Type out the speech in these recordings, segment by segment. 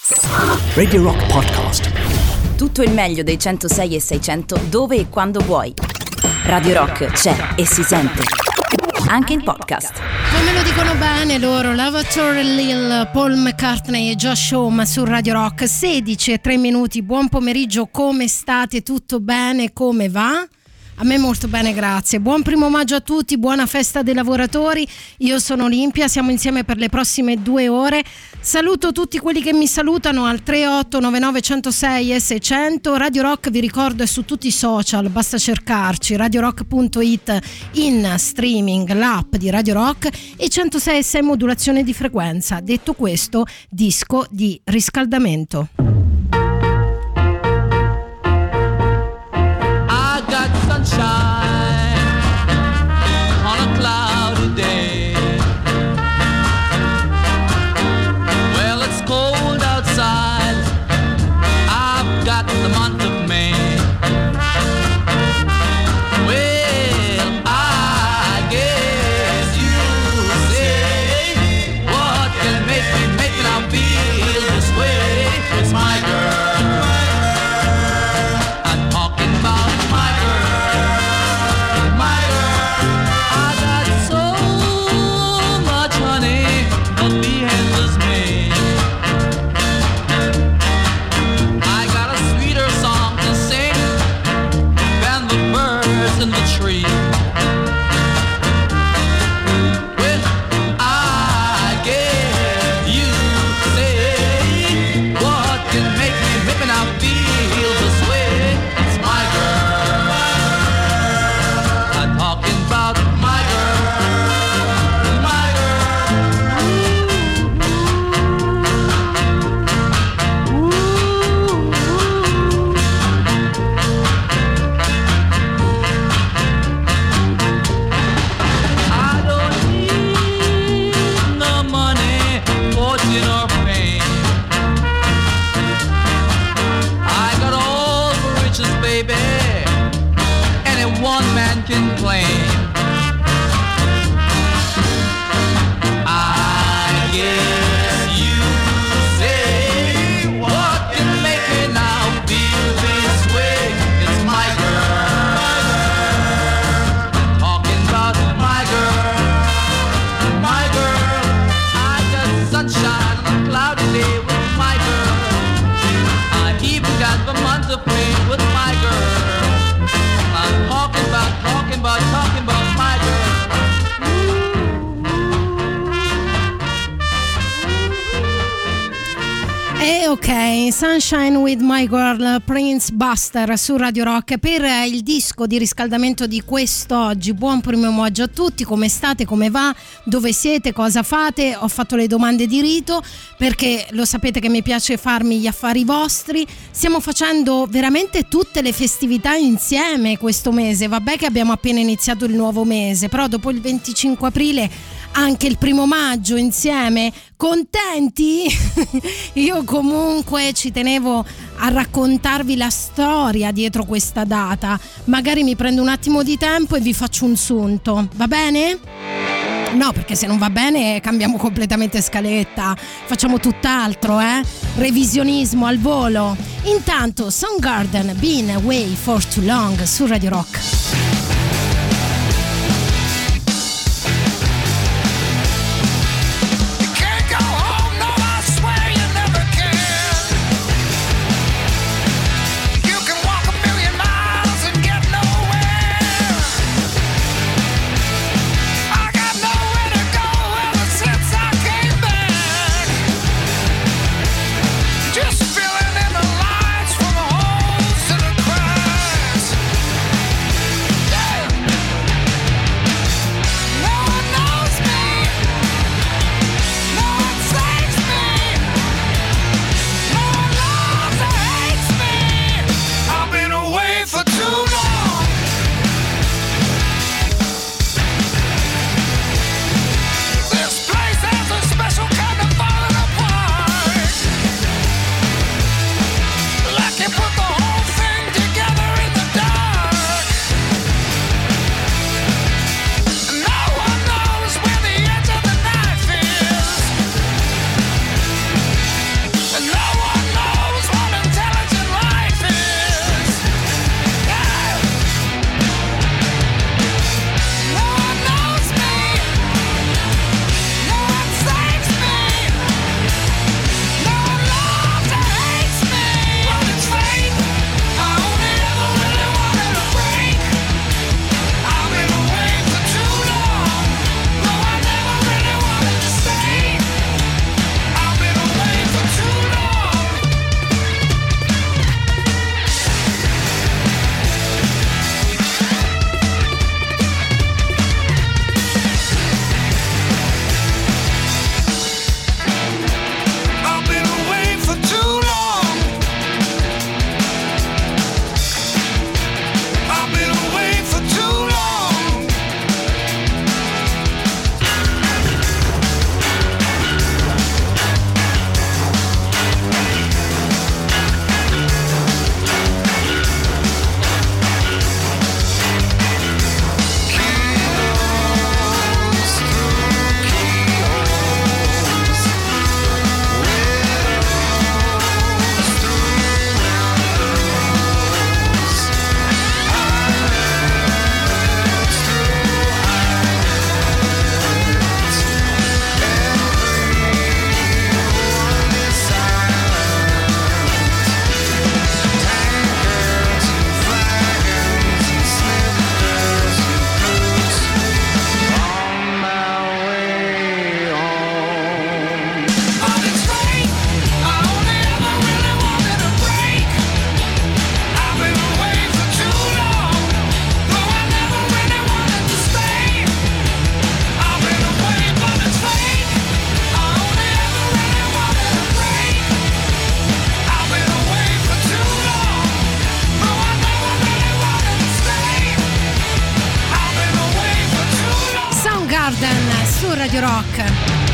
Radio Rock Podcast. Tutto il meglio dei 106 e 600 dove e quando vuoi. Radio Rock c'è e si sente anche in podcast. Come lo dicono bene loro, Lavator Lil, Paul McCartney e Josh Homme su Radio Rock. 16:03. Buon pomeriggio, come state? Tutto bene? Come va? A me molto bene, grazie. Buon primo maggio a tutti, buona festa dei lavoratori. Io sono Olimpia, siamo insieme per le prossime 2 ore. Saluto tutti quelli che mi salutano al 3899 106 e 600. Radio Rock, vi ricordo, è su tutti i social, basta cercarci, radiorock.it in streaming, l'app di Radio Rock e 106 e 6 modulazione di frequenza. Detto questo, disco di riscaldamento. Sunshine on a cloudy day. Well, it's cold outside. I've got the month of May. Well, I guess you say what can make me now feel this way. It's my girl. I'm talking about my girl. In the tree. Well, I guess you say what can make me now feel this way. It's my girl. I'm talking about my girl. My can claim. I guess you say what can make me now feel this way. It's my girl. Talking about my girl. My girl. I got sunshine on a cloudy day with my girl. I even got the month of May with my girl. I'm talking about my girl. E ok, Sunshine with My Girl, Prince Buster su Radio Rock per il disco di riscaldamento di quest'oggi. Buon primo maggio a tutti, come state, come va, dove siete, cosa fate? Ho fatto le domande di rito perché lo sapete che mi piace farmi gli affari vostri. Stiamo facendo veramente tutte le festività insieme questo mese. Vabbè che abbiamo appena iniziato il nuovo mese, però dopo il 25 aprile anche il primo maggio insieme. Contenti? Io comunque ci tenevo a raccontarvi la storia dietro questa data. Magari mi prendo un attimo di tempo e vi faccio un sunto, va bene? No, perché se non va bene cambiamo completamente scaletta, facciamo tutt'altro, revisionismo al volo. Intanto Soundgarden, Been Away for Too Long su Radio Rock. Filling in the lines from the holes to the cracks. Radio Rock.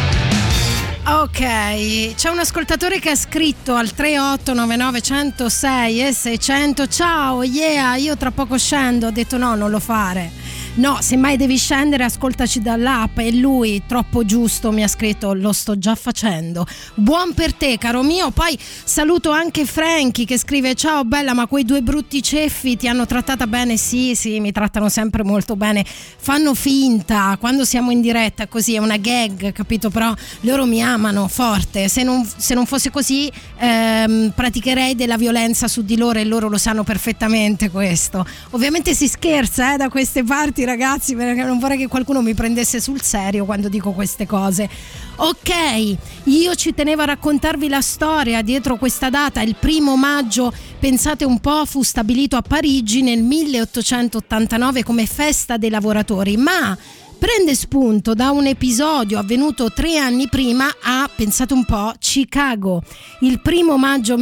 Ok, c'è un ascoltatore che ha scritto al 3899 106 e 600: ciao, yeah, io tra poco scendo. Ho detto no, non lo fare. No, se mai devi scendere ascoltaci dall'app. E lui, troppo giusto, mi ha scritto: lo sto già facendo. Buon per te, caro mio. Poi saluto anche Frankie che scrive: ciao bella, ma quei due brutti ceffi ti hanno trattata bene? Sì, mi trattano sempre molto bene. Fanno finta quando siamo in diretta, così è una gag, capito? Però loro mi amano forte. Se non fosse così praticherei della violenza su di loro, e loro lo sanno perfettamente questo. Ovviamente si scherza da queste parti, ragazzi, perché non vorrei che qualcuno mi prendesse sul serio quando dico queste cose. Ok, io ci tenevo a raccontarvi la storia dietro questa data. Il 1 maggio, pensate un po', fu stabilito a Parigi nel 1889 come festa dei lavoratori, ma prende spunto da un episodio avvenuto 3 anni prima a, pensate un po', Chicago. Il 1 maggio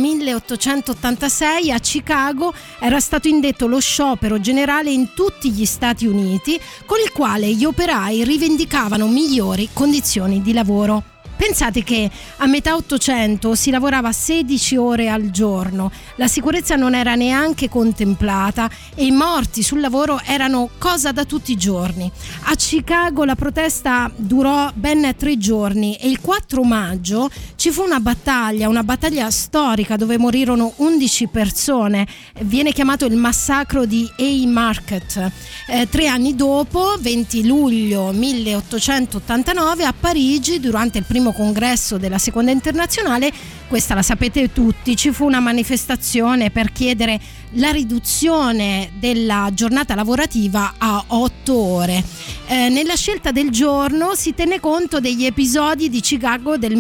1886 a Chicago era stato indetto lo sciopero generale in tutti gli Stati Uniti, con il quale gli operai rivendicavano migliori condizioni di lavoro. Pensate che a metà 800 si lavorava 16 ore al giorno, la sicurezza non era neanche contemplata e i morti sul lavoro erano cosa da tutti i giorni. A Chicago la protesta durò ben 3 giorni e il 4 maggio ci fu una battaglia storica dove morirono 11 persone. Viene chiamato il massacro di Haymarket. 3 anni dopo, 20 luglio 1889, a Parigi, durante il primo congresso della Seconda Internazionale, questa la sapete tutti, ci fu una manifestazione per chiedere la riduzione della giornata lavorativa a 8 ore. Nella scelta del giorno si tenne conto degli episodi di Chicago del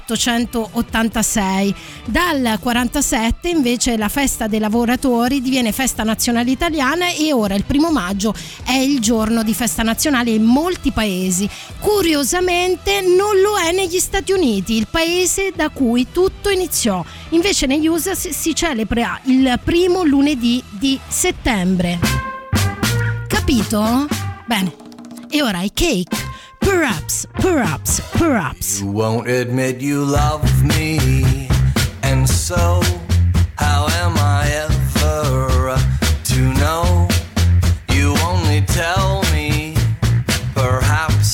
1886. Dal 47 invece la festa dei lavoratori diviene festa nazionale italiana e ora il 1 maggio è il giorno di festa nazionale in molti paesi. Curiosamente non lo è negli Stati Uniti, il paese da cui tutto iniziò. Invece negli USA si celebra il primo lunedì di settembre. Capito? Bene. E ora i Cake. Perhaps. You won't admit you love me, and so how am I ever to know? You only tell me perhaps.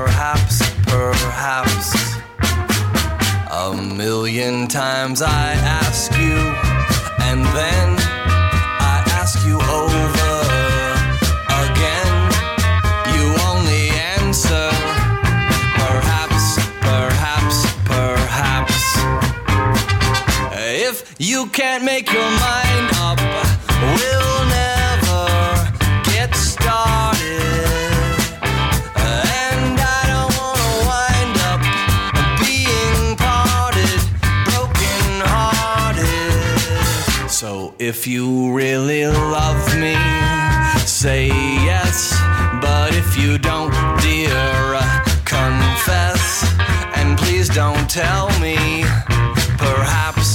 A million times I ask you, and then I ask you over again. You only answer perhaps. If you can't make your mind up, we'll never get started. And I don't wanna wind up being parted, broken hearted. So if you really love me, say yes. But if you don't, dear, confess. And please don't tell me perhaps.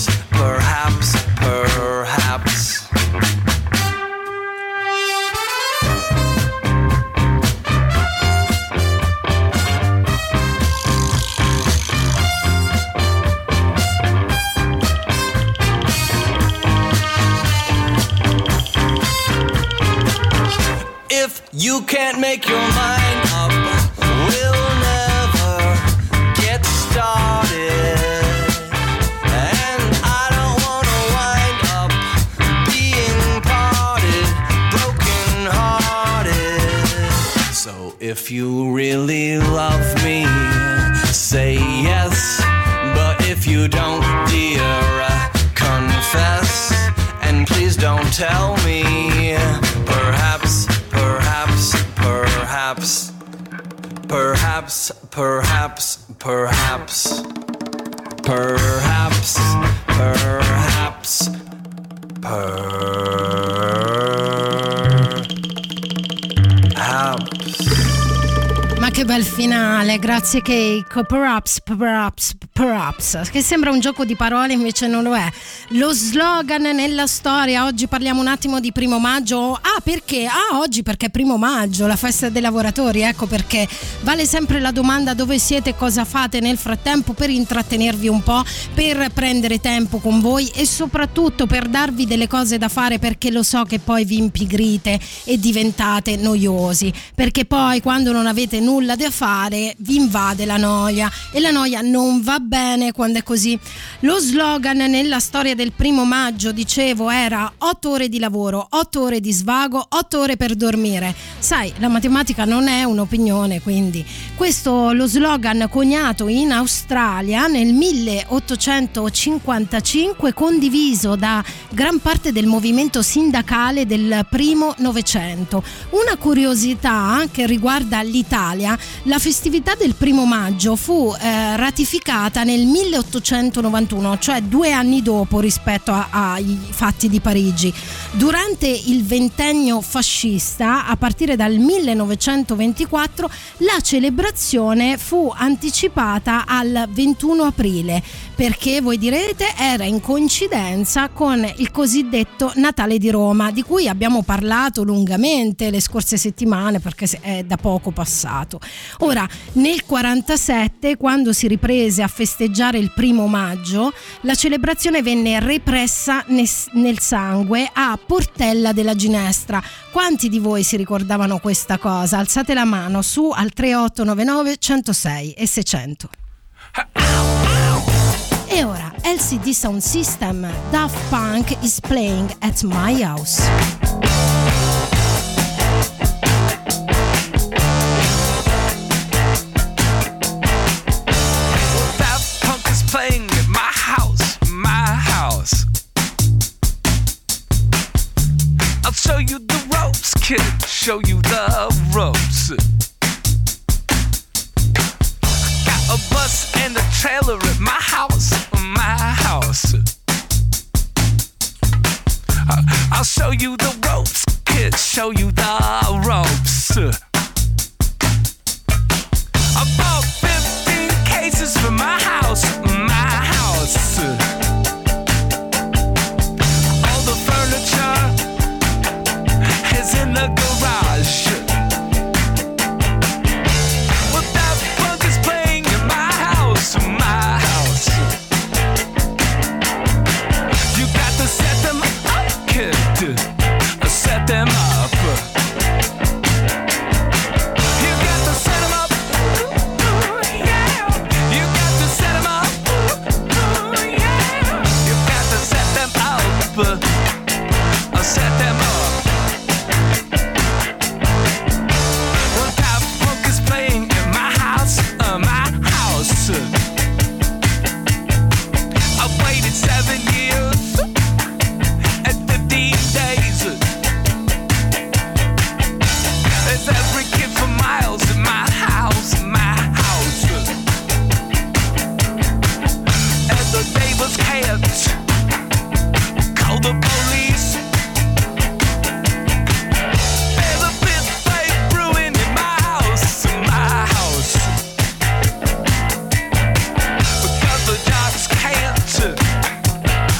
If you can't make your mind up, we'll never get started. And I don't wanna wind up being parted, broken hearted. So if you really love me, say yes. But if you don't, dear, confess. And please don't tell me perhaps. Ma che bel finale, grazie Cake. Perhaps. Perhaps, che sembra un gioco di parole, invece non lo è. Lo slogan nella storia. Oggi parliamo un attimo di Primo Maggio. Perché? Oggi perché è Primo Maggio, la festa dei lavoratori. Ecco perché vale sempre la domanda: dove siete, cosa fate nel frattempo per intrattenervi un po', per prendere tempo con voi e soprattutto per darvi delle cose da fare, perché lo so che poi vi impigrite e diventate noiosi, perché poi quando non avete nulla da fare vi invade la noia, e la noia non va bene quando è così. Lo slogan nella storia del Primo Maggio, dicevo, era 8 ore di lavoro, 8 ore di svago, 8 ore per dormire. Sai, la matematica non è un'opinione, quindi questo lo slogan coniato in Australia nel 1855, condiviso da gran parte del movimento sindacale del primo Novecento. Una curiosità che riguarda l'Italia: la festività del Primo Maggio fu ratificata nel 1891, cioè 2 anni dopo rispetto ai fatti di Parigi. Durante il ventennio fascista, a partire dal 1924, la celebrazione fu anticipata al 21 aprile, perché voi direte era in coincidenza con il cosiddetto Natale di Roma, di cui abbiamo parlato lungamente le scorse settimane perché è da poco passato. Ora, nel 47, quando si riprese a festeggiare il Primo Maggio, la celebrazione venne repressa nel sangue a Portella della Ginestra. Quanti di voi si ricordavano questa cosa? Alzate la mano su al 3899 106 e 600. E ora LCD Sound System, Daft Punk is playing at my house. Playing at my house, my house. I'll show you the ropes, kid, show you the ropes. Got a bus and a trailer at my house, my house. I'll show you the ropes, kid, show you the ropes. I bought 15 cases for my house, my house. All the furniture is in the garage. Well, that punk is playing in my house, my house. You got to set them up, kid. Set them up. You got to set them up. Yeah. You got to set them up. Yeah. You got to set them up. Set them up. Well, that punk is playing in my house, my house. I waited 7 years and 15 days. There's every kid for miles in my house, my house. And the neighbors can't call the police. There's a big fight brewing in my house, my house. Because the jocks can't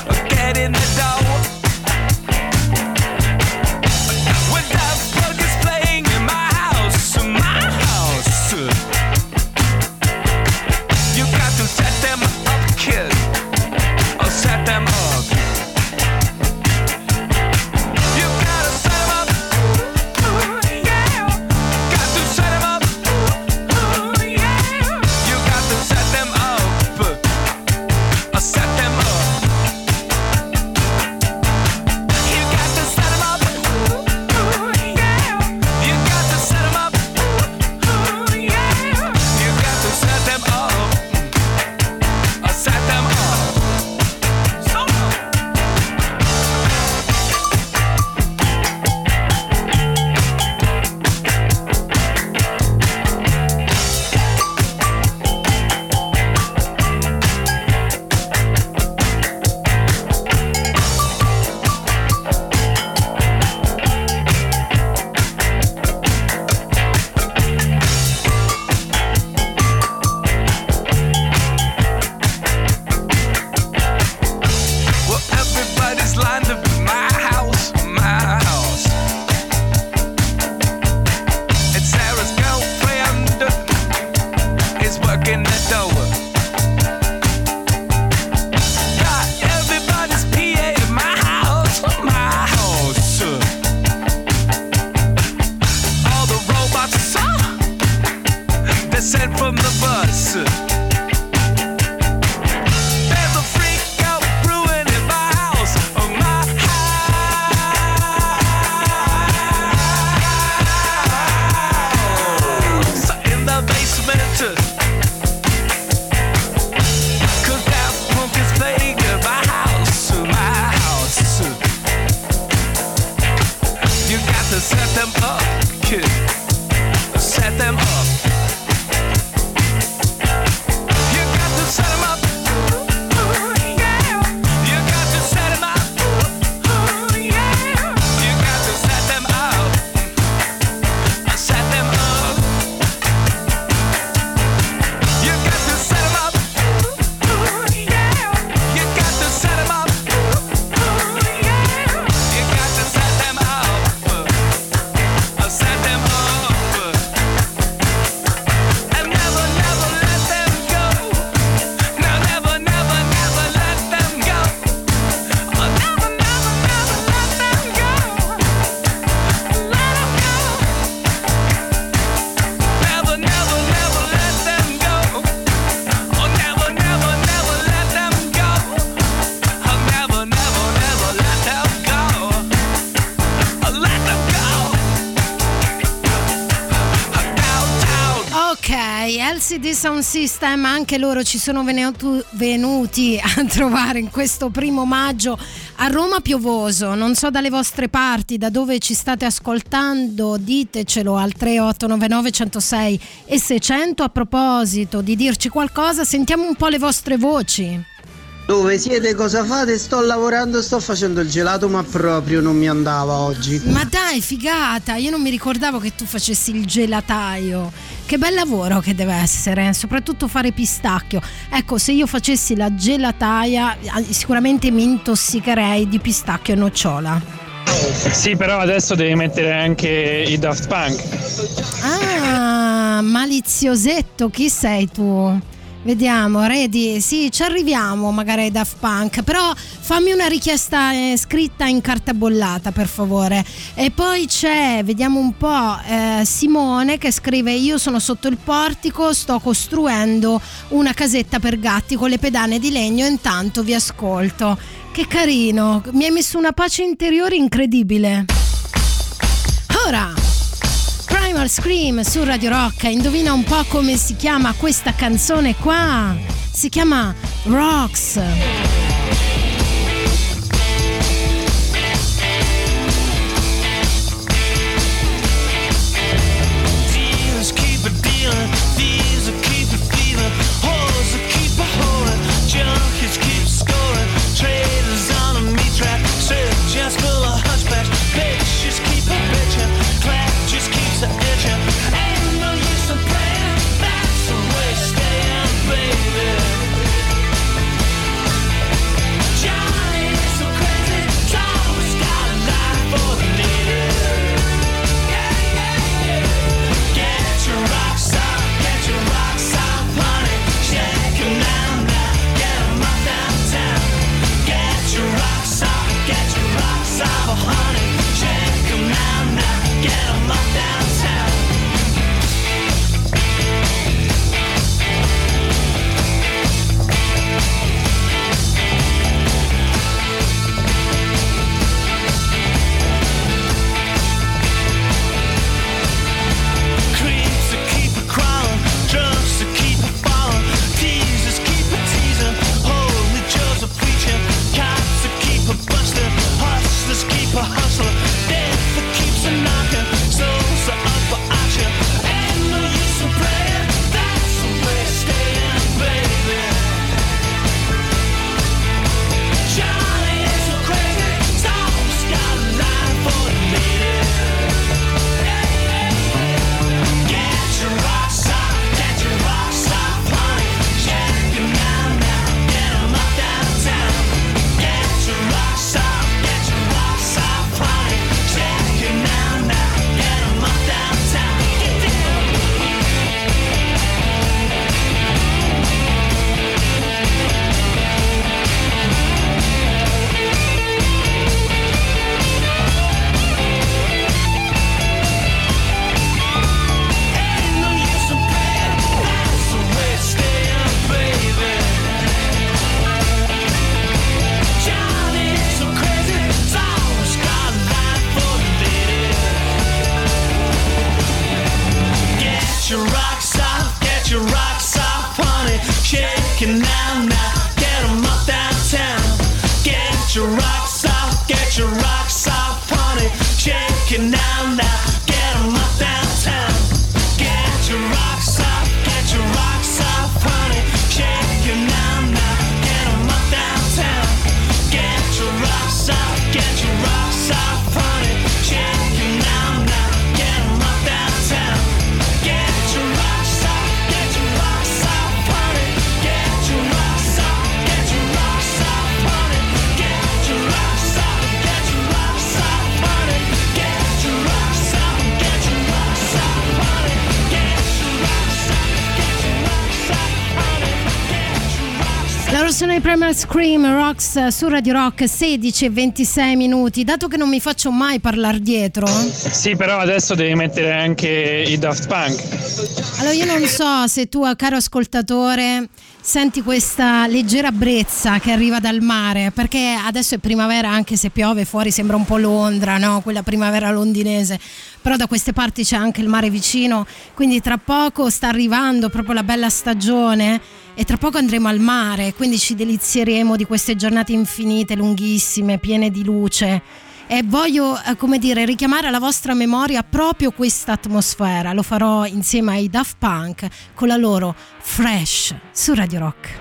LCD Sound System, anche loro ci sono venuti a trovare in questo 1 maggio a Roma piovoso. Non so dalle vostre parti, da dove ci state ascoltando, ditecelo al 3899 106 e 600. A proposito di dirci qualcosa, sentiamo un po' le vostre voci. Dove siete? Cosa fate? Sto lavorando, sto facendo il gelato, ma proprio non mi andava oggi. Ma dai, figata, io non mi ricordavo che tu facessi il gelataio. Che bel lavoro che deve essere, soprattutto fare pistacchio. Ecco, se io facessi la gelataia sicuramente mi intossicherei di pistacchio e nocciola. Sì, però adesso devi mettere anche i Daft Punk. Ah, maliziosetto, chi sei tu? Vediamo, Redi, sì, ci arriviamo magari ai Daft Punk, però fammi una richiesta scritta in carta bollata, per favore. E poi c'è, vediamo un po', Simone che scrive: io sono sotto il portico, sto costruendo una casetta per gatti con le pedane di legno e intanto vi ascolto. Che carino, mi hai messo una pace interiore incredibile. Ora Primal Scream su Radio Rock. Indovina un po' come si chiama questa canzone qua? Si chiama Rocks. Dealers keep a dealing, thieves keep a thieving, whores keep a whoring, junkies keep scoring, traders on a meat track, surgeons full of hunchbacks, bitches keep a bitchin', clap just keeps a itchin', ain't no use in praying, that's the way staying, baby. Johnny is so crazy, it's always got a lie for the lady. Yeah, yeah, yeah. Get your rocks off, honey, shake 'em now, get 'em off downtown. Get your rocks off, honey, shake 'em now, get 'em off downtown. Creeps that keep a crawling, drugs that keep a falling, teasers keep a teasing, holy Joe's a preaching, cops that keep a busting, hustlers keep a hustling, death that keeps a knocking, souls are up for auction, ain't no use in praying, that's the way staying, baby. Johnny is so crazy, it's always got a line for the lady. Get your rocks off, honey, shake 'em now, get 'em off downtown. Get your rocks off, honey, shake 'em now, get 'em off downtown. Get down. Ain't no use in praying, that's the way staying, baby. Johnny is so crazy, it's always got a line for the lady. Get your rocks off, honey, shake it now, get 'em off downtown. Get your rocks off, honey, shake it now, get 'em off downtown. Get your rocks off, honey, shake it now, get 'em off downtown. Get your rocks off, honey, shake it now, get 'em off downtown. Get your rocks off, honey, get your rocks off, honey, get your rocks off, honey, get your rocks off, honey, get your rocks off, honey, Loro sono i Primal Scream, Rocks su Radio Rock, 16 e 26 minuti. Dato che non mi faccio mai parlare dietro, Sì, però adesso devi mettere anche i Daft Punk. allora io non so se tu, caro ascoltatore, Senti questa leggera brezza che arriva dal mare, perché adesso è primavera, anche se piove fuori, sembra un po' Londra, no? Quella primavera londinese, però da queste parti c'è anche il mare vicino, quindi tra poco sta arrivando proprio la bella stagione e tra poco andremo al mare, quindi ci delizieremo di queste giornate infinite, lunghissime, piene di luce. E voglio, come dire, richiamare alla vostra memoria proprio questa atmosfera. Lo farò insieme ai Daft Punk con la loro Fresh su Radio Rock.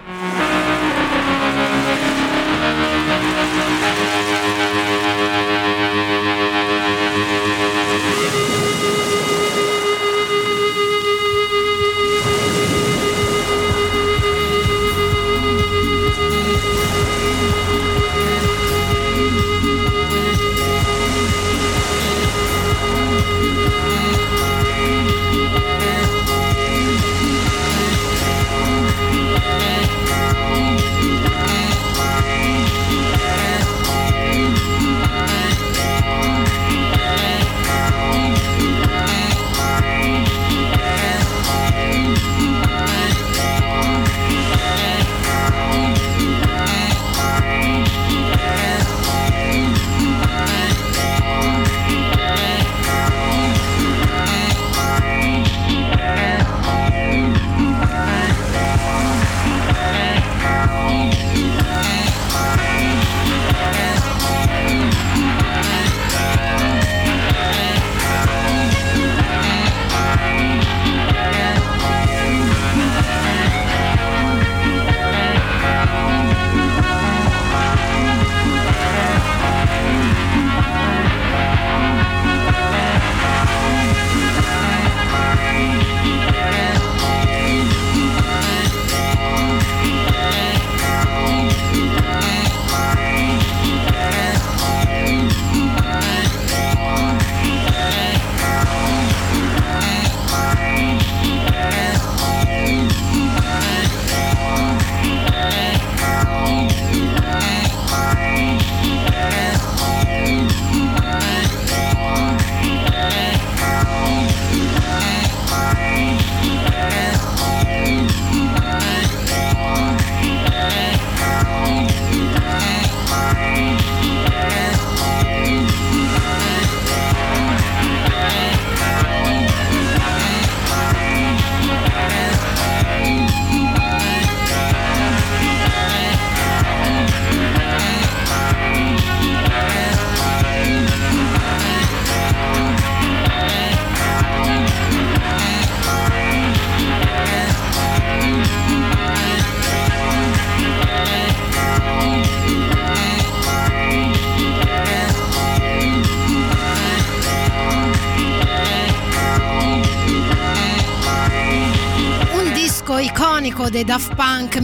Iconico dei Daft Punk,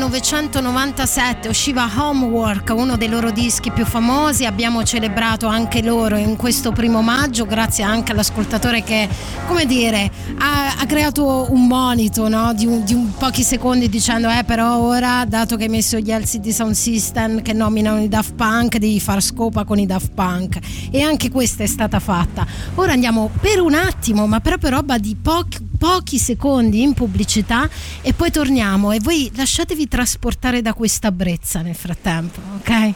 1997 usciva Homework, uno dei loro dischi più famosi. Abbiamo celebrato anche loro in questo 1 maggio, grazie anche all'ascoltatore che, come dire, ha creato un monito, no? di un pochi secondi, dicendo però ora, dato che hai messo gli LCD Sound System che nominano i Daft Punk, devi far scopa con i Daft Punk, e anche questa è stata fatta. Ora andiamo per un attimo, ma proprio roba di pochi secondi in pubblicità e poi torniamo, e voi lasciatevi trasportare da questa brezza nel frattempo, ok?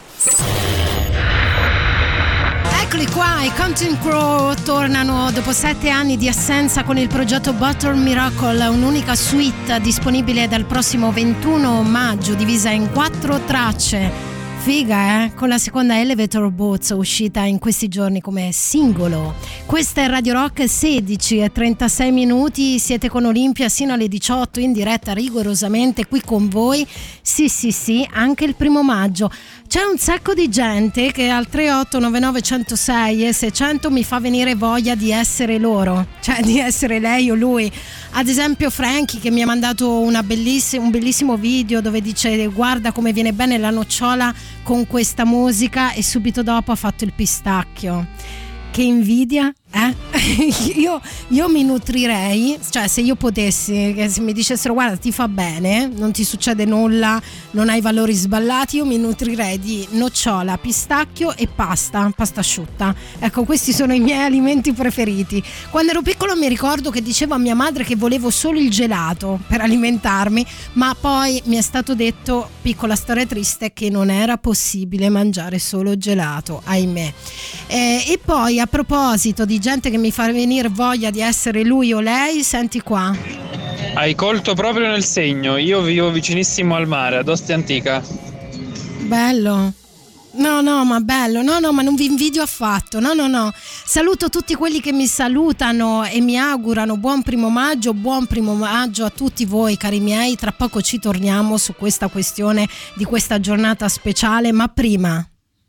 Eccoli qua, i Counting Crow tornano dopo 7 anni di assenza con il progetto Butter Miracle, un'unica suite disponibile dal prossimo 21 maggio, divisa in 4 tracce. Figa, con la seconda Elevator Boats uscita in questi giorni come singolo. Questa è Radio Rock, 16:36 minuti, siete con Olimpia sino alle 18 in diretta rigorosamente qui con voi. Sì, anche il 1 maggio. C'è un sacco di gente che al 3899 106 e 600 mi fa venire voglia di essere loro, cioè di essere lei o lui. Ad esempio Frankie, che mi ha mandato un bellissimo video dove dice guarda come viene bene la nocciola con questa musica, e subito dopo ha fatto il pistacchio. Che invidia, eh? io mi nutrirei, cioè se io potessi, che se mi dicessero guarda ti fa bene, non ti succede nulla, non hai valori sballati, io mi nutrirei di nocciola, pistacchio e pasta asciutta. Ecco, questi sono i miei alimenti preferiti. Quando ero piccola mi ricordo che dicevo a mia madre che volevo solo il gelato per alimentarmi, ma poi mi è stato detto, piccola storia triste, che non era possibile mangiare solo gelato, ahimè. E poi a proposito di gente che mi fa venire voglia di essere lui o lei, senti qua. Hai colto proprio nel segno. Io vivo vicinissimo al mare, ad Ostia Antica. Bello. No, ma bello. No, ma non vi invidio affatto. No. Saluto tutti quelli che mi salutano e mi augurano buon primo maggio a tutti voi, cari miei. Tra poco ci torniamo su questa questione di questa giornata speciale, ma prima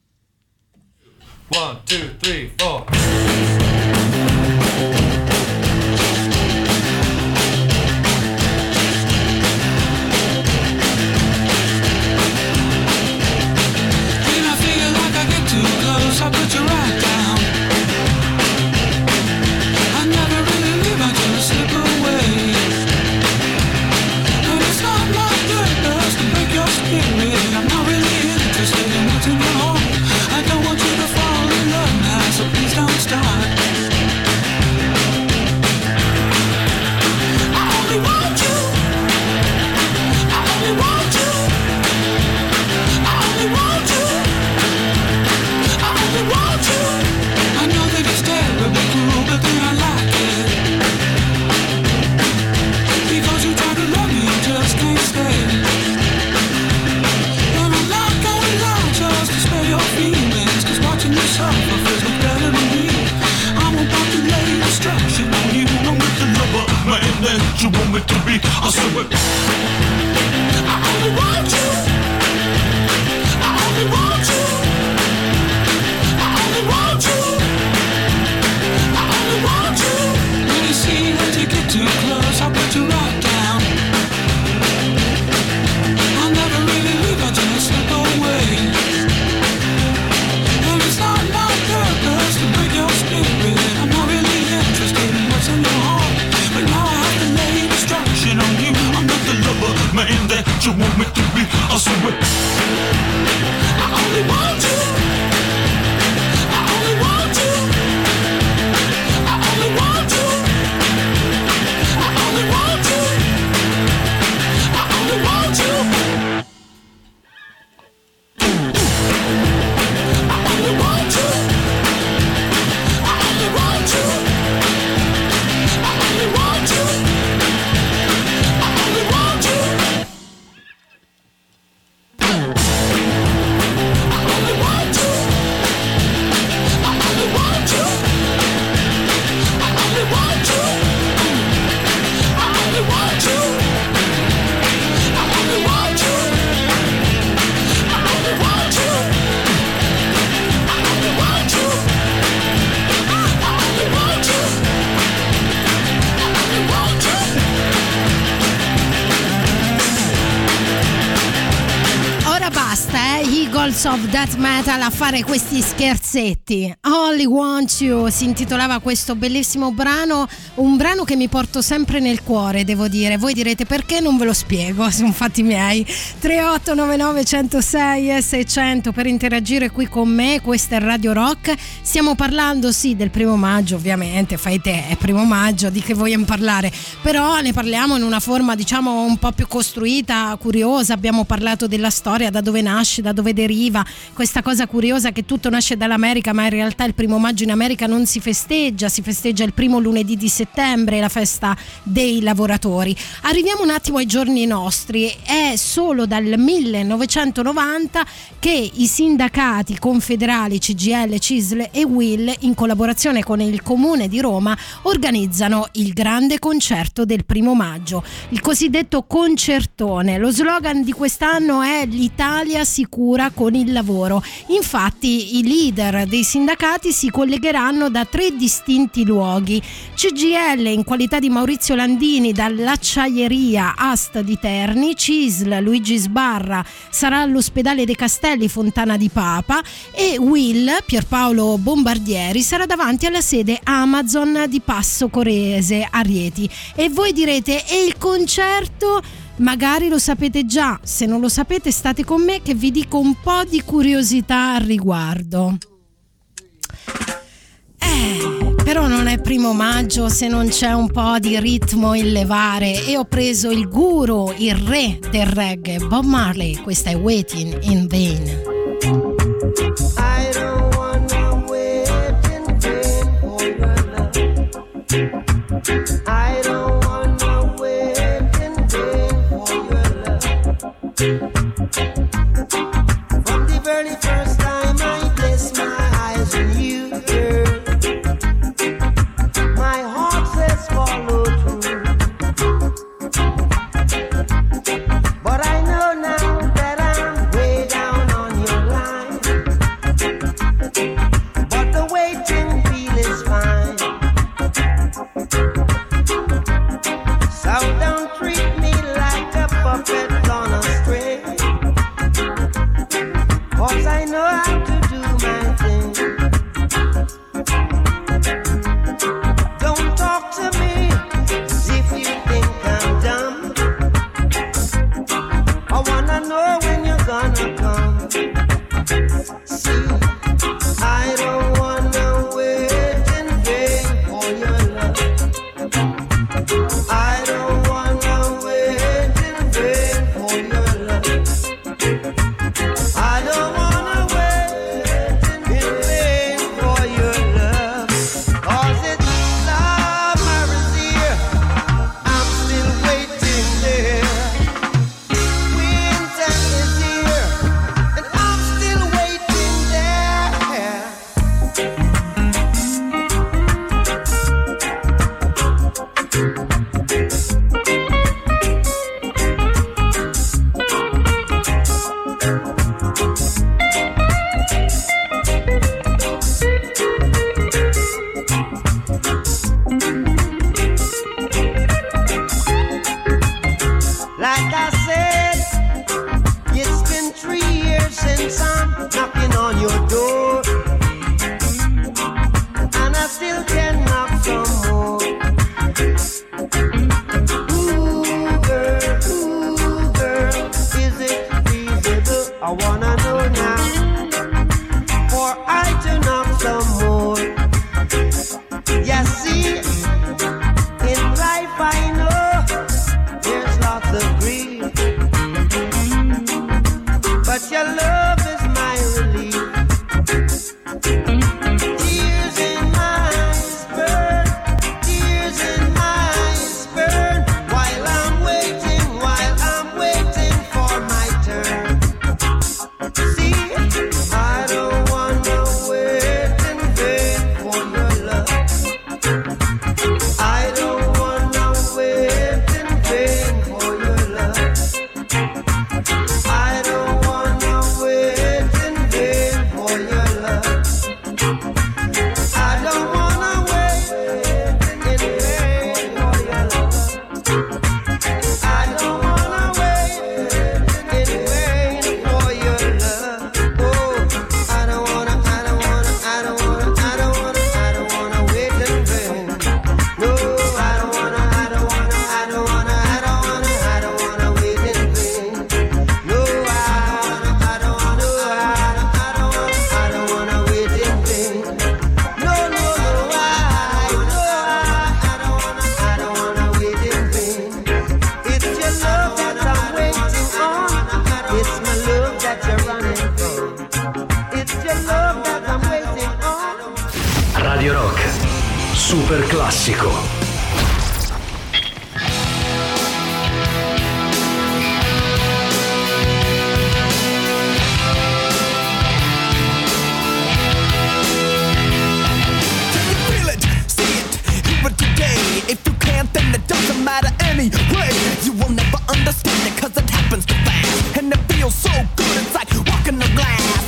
1, 2, 3, 4. I put you right down. I never really leave, I just slip away. And it's not my purpose to break your spirit. I'm not really interested in what's in your heart. I don't want you to fall in love now, so please don't start. I only want you. I only want you. I only want you. Want you. I know that it's terribly cruel, but then I like it. Because you try to love me, you just can't stay. And I'm not gonna lie just to spare your feelings, cause watching you suffer feels no better than me. I'm about to lay destruction on you. I'm with the lover, man, that you want me to be. I swear I only want you. I only want you. Want you. I only want you. When you see that you get too close, I'll put you right down. I'll never really leave, I'll just slip away. And it's not my purpose to break your spirit. I'm not really interested in what's in your heart. But now I have to lay destruction on you. I'm not the lover, man, that you want me to be. I swear I only want you. Of Death Metal a fare questi scherzetti. Only Want You si intitolava questo bellissimo brano, un brano che mi porto sempre nel cuore, devo dire. Voi direte perché, non ve lo spiego, sono fatti miei. 3899 106 e 600 per interagire qui con me. Questa è Radio Rock. Stiamo parlando sì del primo maggio, ovviamente, fai te, è primo maggio, di che vogliamo parlare, però ne parliamo in una forma diciamo un po' più costruita, curiosa. Abbiamo parlato della storia, da dove nasce, da dove deriva, questa cosa curiosa che tutto nasce dall'America, ma in realtà il primo maggio in America non si festeggia, si festeggia il primo lunedì di settembre, la festa dei lavoratori. Arriviamo un attimo ai giorni nostri. È solo dal 1990 che i sindacati confederali CGIL, CISL e UIL, in collaborazione con il Comune di Roma, organizzano il grande concerto del primo maggio, il cosiddetto concertone. Lo slogan di quest'anno è l'Italia sicura con il lavoro. Infatti i leader dei sindacati si collegheranno da 3 distinti luoghi: CGIL in qualità di Maurizio Landini dall'acciaieria Ast di Terni, CISL Luigi Sbarra sarà all'ospedale dei Castelli Fontana di Papa e Will Pierpaolo Bombardieri sarà davanti alla sede Amazon di Passo Corese a Rieti. E voi direte: e il concerto? Magari lo sapete già, se non lo sapete state con me che vi dico un po' di curiosità al riguardo. Però non è 1° maggio se non c'è un po' di ritmo in levare, e ho preso il guru, il re del reggae, Bob Marley. Questa è Waiting in Vain. I don't wanna wait in vain for your love. I don't wanna wait in vain for your love. From the very first time I placed my eyes on you, girl, my heart says follow through. But I know now that I'm way down on your line. But the waiting feel is fine. So don't treat me like a puppet on a string, 'cause I know how to do my thing. Don't talk to me as if you think I'm dumb. I wanna know when you're gonna come. See, I don't wanna wait in vain for your love. I don't wanna wait in vain for your love. I don't wanna wait in vain for your love. 'Cause it's summer is here, I'm still waiting there. Winter is here, and I'm still waiting there. Like I said, it's been 3 years since I'm knocking on your door, and I still can knock some more. Ooh girl, is it feasible? I wanna know now, for I to knock some more. You see, in life I know there's lots of grief, but your love is my relief. Tears in my eyes burn, tears in my eyes burn, while I'm waiting for my turn. See, I don't wanna wait in vain for your love. I don't wanna wait in vain for your love. I don't wanna wait in vain for your love. I don't wanna wait in vain for your love. I don't wanna wait in vain for your love. Oh, I don't wanna wait in vain. No, I don't wanna wait in vain. No, I don't wanna wait in vain. No, I don't wanna wait in vain. It's your love that I'm waiting on. It's my love that you're running from. It's your love that I'm waiting on. Radio Rock, super classico. Feel it, see it, hear it today. If you can't, then it doesn't matter anyway. You will never understand it, 'cause it happens too fast. And it feels so good, it's like walking the glass.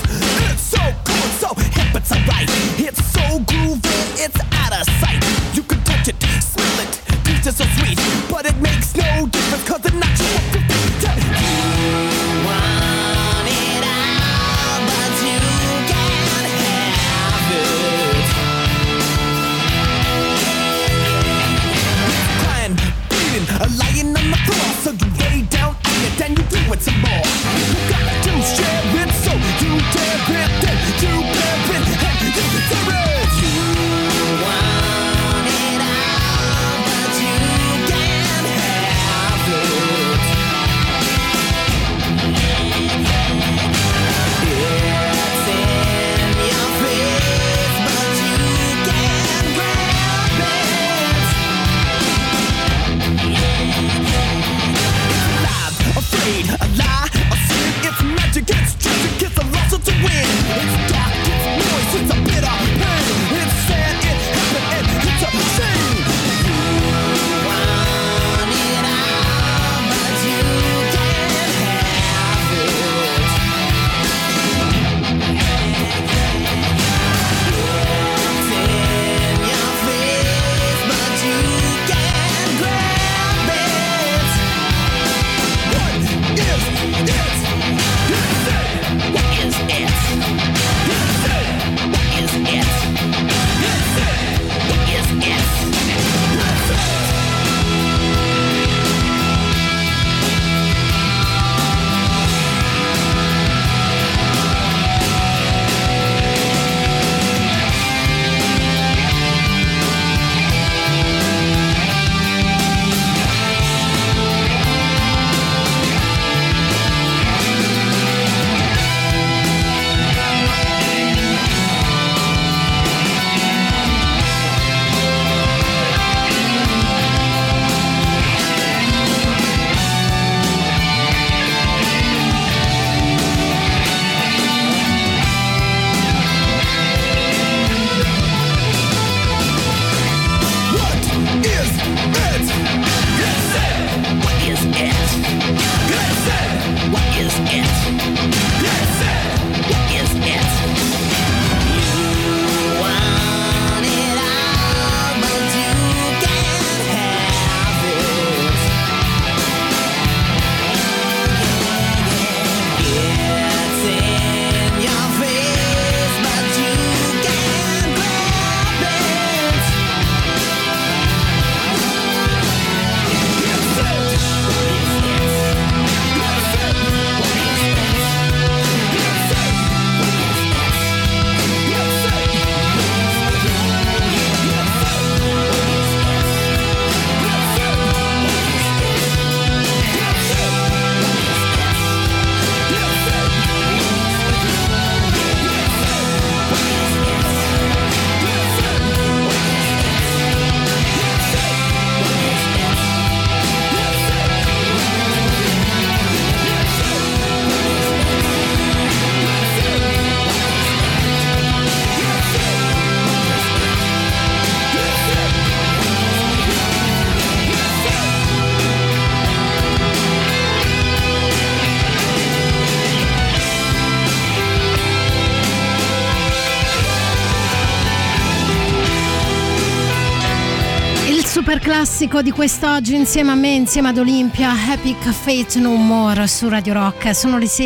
super classico di quest'oggi insieme a me, insieme ad Olimpia, Epic Fate No More su Radio Rock. Sono le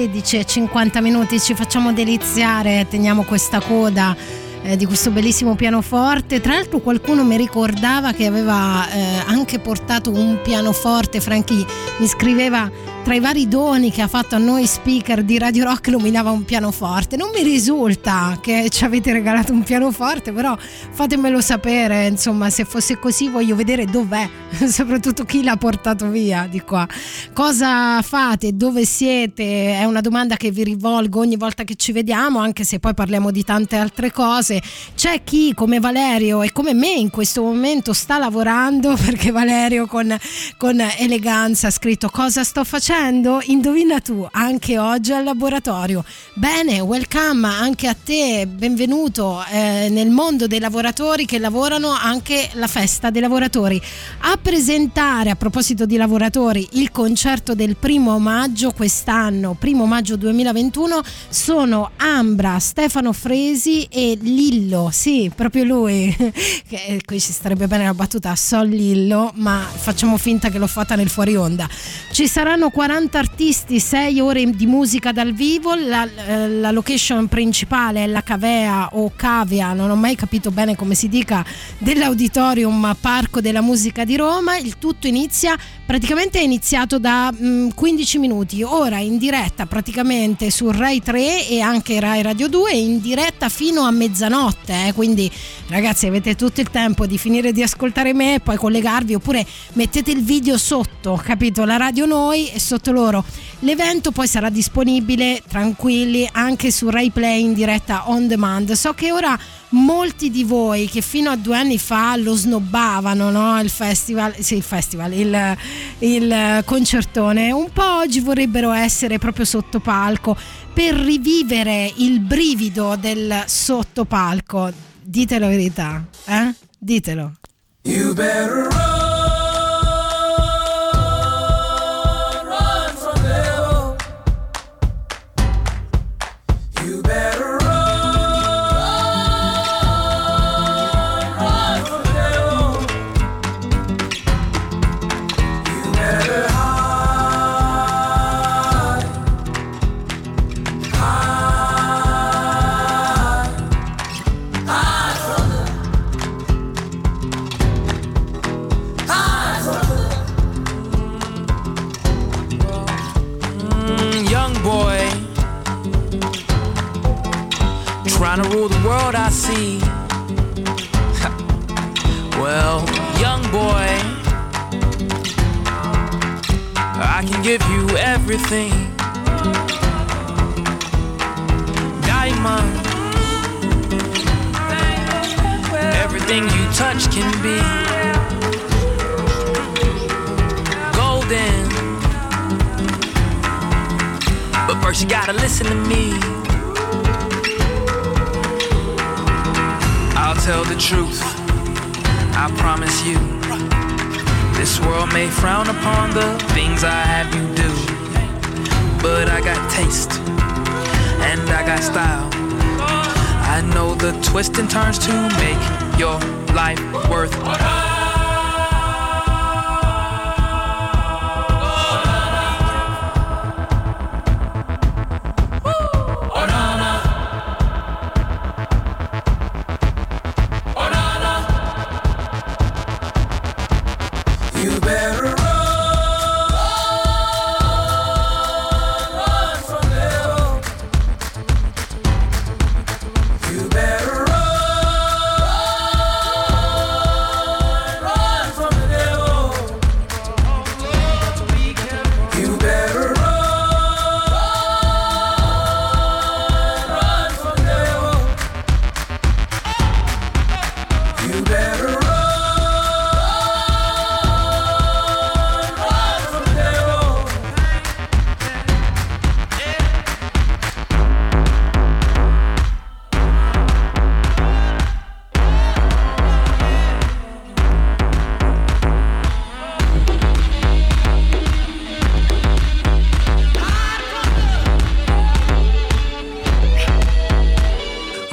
16:50, ci facciamo deliziare, teniamo questa coda di questo bellissimo pianoforte. Tra l'altro qualcuno mi ricordava che aveva anche portato un pianoforte. Franchi mi scriveva, tra i vari doni che ha fatto a noi speaker di Radio Rock nominava un pianoforte. Non mi risulta che ci avete regalato un pianoforte, però fatemelo sapere, insomma, se fosse così voglio vedere dov'è, soprattutto chi l'ha portato via di qua. Cosa fate? Dove siete? È una domanda che vi rivolgo ogni volta che ci vediamo, anche se poi parliamo di tante altre cose. C'è chi come Valerio e come me in questo momento sta lavorando, perché Valerio con eleganza ha scritto: cosa sto facendo? Indovina tu, anche oggi al laboratorio. Bene, welcome anche a te, benvenuto nel mondo dei lavoratori che lavorano, anche la festa dei lavoratori. A presentare, a proposito di lavoratori, il concerto del 1 maggio quest'anno, 1 maggio 2021, sono Ambra, Stefano Fresi e Lillo, sì, proprio lui, che qui ci starebbe bene la battuta, so Lillo, ma facciamo finta che l'ho fatta nel fuori onda. Ci saranno 40 artisti, 6 ore di musica dal vivo, la location principale è la Cavea o Cavea, non ho mai capito bene come si dica, dell'Auditorium Parco della Musica di Roma. Il tutto praticamente è iniziato da 15 minuti, ora in diretta praticamente su Rai 3 e anche Rai Radio 2, in diretta fino a mezzanotte, quindi ragazzi avete tutto il tempo di finire di ascoltare me e poi collegarvi, oppure mettete il video sotto, capito? La radio noi e sotto loro. L'evento poi sarà disponibile, tranquilli, anche su Rai Play in diretta on demand. So che ora molti di voi che fino a 2 anni fa lo snobbavano, no? Il concertone, un po' oggi vorrebbero essere proprio sotto palco per rivivere il brivido del sottopalco. Dite la verità, ditelo. You better run. Trying to rule the world, I see. Well, young boy, I can give you everything. Diamond, everything you touch can be golden. But first you gotta listen to me. I'll tell the truth, I promise you. This world may frown upon the things I have you do, but I got taste, and I got style. I know the twists and turns to make your life worthwhile.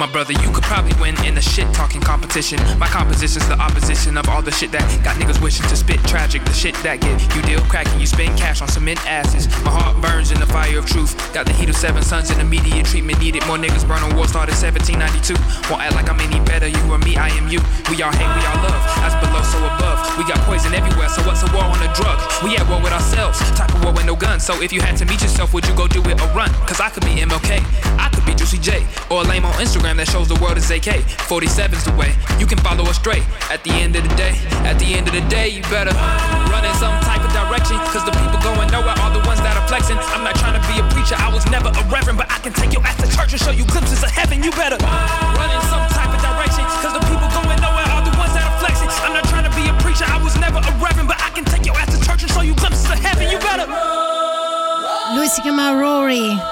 My brother, you could probably win in a shit talking competition. My composition's the opposition of all the shit that got niggas wishing to spit tragic. The shit that get you deal cracking, you spend cash on cement asses. My heart burns in the fire of truth. Got the heat of 7 sons and immediate treatment needed. More niggas burn on war started 1792. Won't act like I'm any better, you or me, I am you. We all hate, we all love, as below so above. We got poison everywhere, so what's a war on a drug? We at war with ourselves, type of war with no guns. So if you had to meet yourself, would you go do it or run? Cause I could be MLK, I could be Juicy J, or a lame on Instagram that shows the world is AK. 47's the way, you can follow us straight. At the end of the day, you better run in some type of direction. Cause the people going nowhere are the ones that are flexing. I'm not trying to be a preacher, I was never a reverend, but I can take your ass to church and show you glimpses of heaven. You better run in some type of direction. Cause the people going nowhere are the ones that are flexing. I'm not trying to be a preacher, I was never a reverend, but I can take your ass to church and show you glimpses of heaven. You better. Lui si chiama Rory.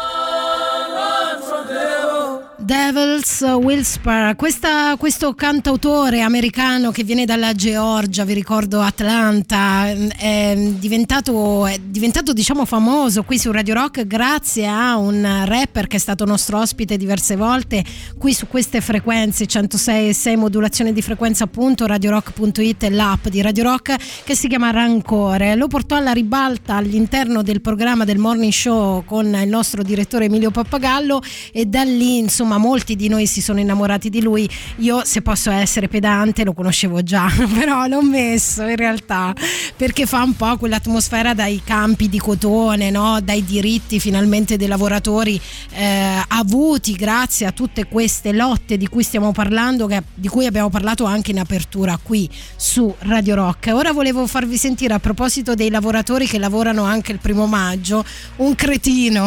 Devil's Whisper, questo cantautore americano che viene dalla Georgia, vi ricordo Atlanta, è diventato diciamo famoso qui su Radio Rock grazie a un rapper che è stato nostro ospite diverse volte qui su queste frequenze 106.6 modulazione di frequenza appunto, radiorock.it e l'app di Radio Rock, che si chiama Rancore. Lo portò alla ribalta all'interno del programma del Morning Show con il nostro direttore Emilio Pappagallo e da lì insomma molti di noi si sono innamorati di lui. Io, se posso essere pedante, lo conoscevo già, però l'ho messo in realtà perché fa un po' quell'atmosfera dai campi di cotone, no? Dai diritti finalmente dei lavoratori avuti grazie a tutte queste lotte di cui stiamo parlando, di cui abbiamo parlato anche in apertura qui su Radio Rock. Ora volevo farvi sentire, a proposito dei lavoratori che lavorano anche il 1° maggio, un cretino.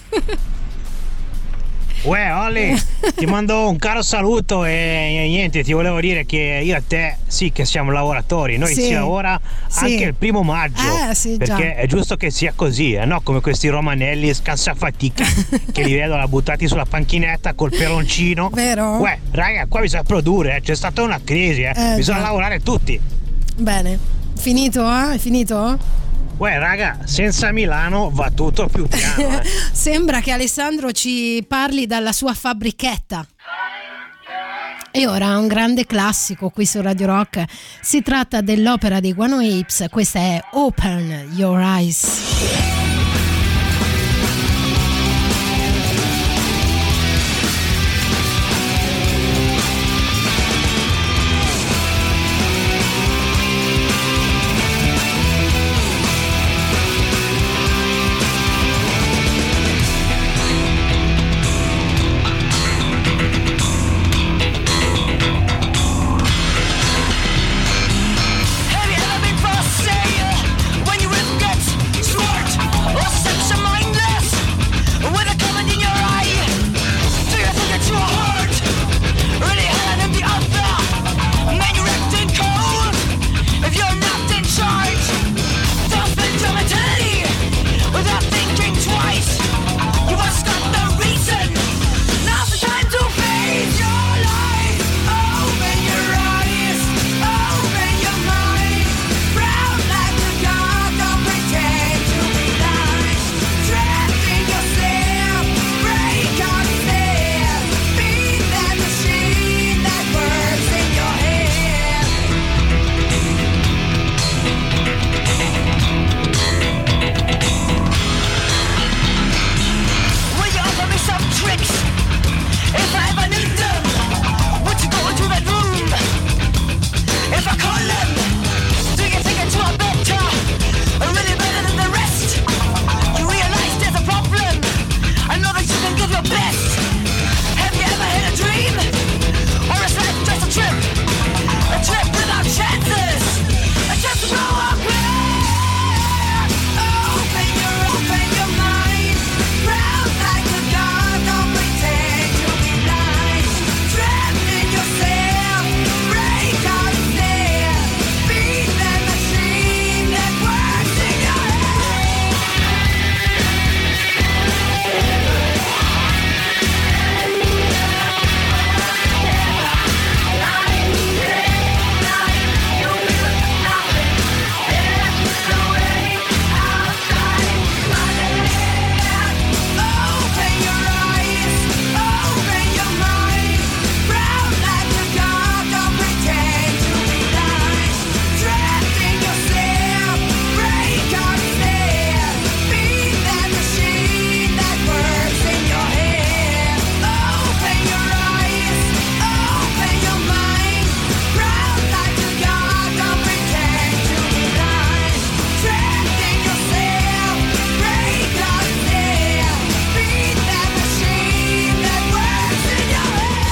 Uè Olli, ti mando un caro saluto e niente, ti volevo dire che io e te sì che siamo lavoratori, noi si lavora anche il 1° maggio, sì, perché è giusto che sia così, no? Come questi romanelli scansafatica che li vedo buttati sulla panchinetta col peroncino. Vero? Uè raga, qua bisogna produrre, c'è stata una crisi, bisogna lavorare tutti. Bene, finito? È finito? Uè raga, senza Milano va tutto più piano. Sembra che Alessandro ci parli dalla sua fabbrichetta. E ora un grande classico qui su Radio Rock. Si tratta dell'opera dei Guano Apes. Questa è Open Your Eyes. Have you ever been for sale when you regret smart?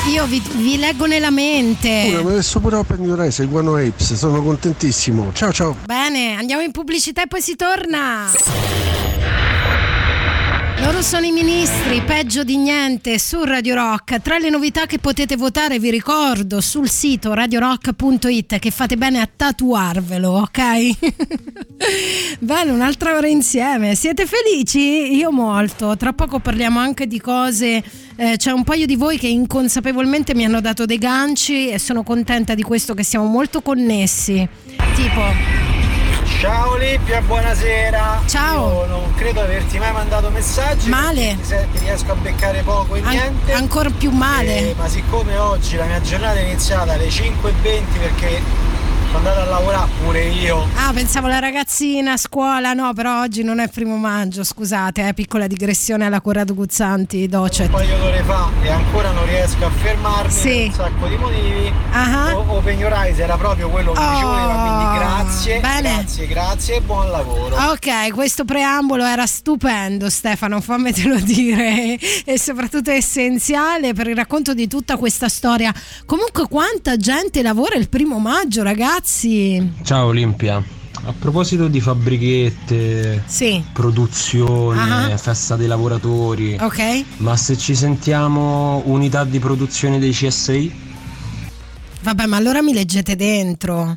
Io vi leggo nella mente. Mi ha messo pure Open Your Eyes e Guano Apes, sono contentissimo. Ciao ciao. Bene, andiamo in pubblicità e poi si torna. Loro sono i Ministri, peggio di niente, su Radio Rock. Tra le novità che potete votare, vi ricordo, sul sito radiorock.it, che fate bene a tatuarvelo, ok? Bene, un'altra ora insieme. Siete felici? Io molto. Tra poco parliamo anche di cose. C'è un paio di voi che inconsapevolmente mi hanno dato dei ganci e sono contenta di questo, che siamo molto connessi. Tipo... Ciao Olimpia, buonasera. Ciao. Io non credo averti mai mandato messaggi. Male. Ti riesco a beccare poco e niente. Ancora più male. Ma siccome oggi la mia giornata è iniziata alle 5:20 perché sono andato a lavorare pure io. Ah, pensavo la ragazzina a scuola. No, però oggi non è primo maggio, scusate, piccola digressione alla Corrado Guzzanti Docet. Un paio d'ore fa e ancora non riesco a fermarmi. Sì. Per un sacco di motivi. Uh-huh. Open Your Eyes era proprio quello che mi voleva, quindi grazie. Bene. Grazie e buon lavoro. Ok, questo preambolo era stupendo, Stefano, fammitelo dire, e soprattutto essenziale per il racconto di tutta questa storia. Comunque quanta gente lavora il 1 maggio, ragazzi. Ciao Olimpia, a proposito di fabbrichette, sì, produzione, festa dei lavoratori, ok, ma se ci sentiamo unità di produzione dei CSI? Vabbè, ma allora mi leggete dentro.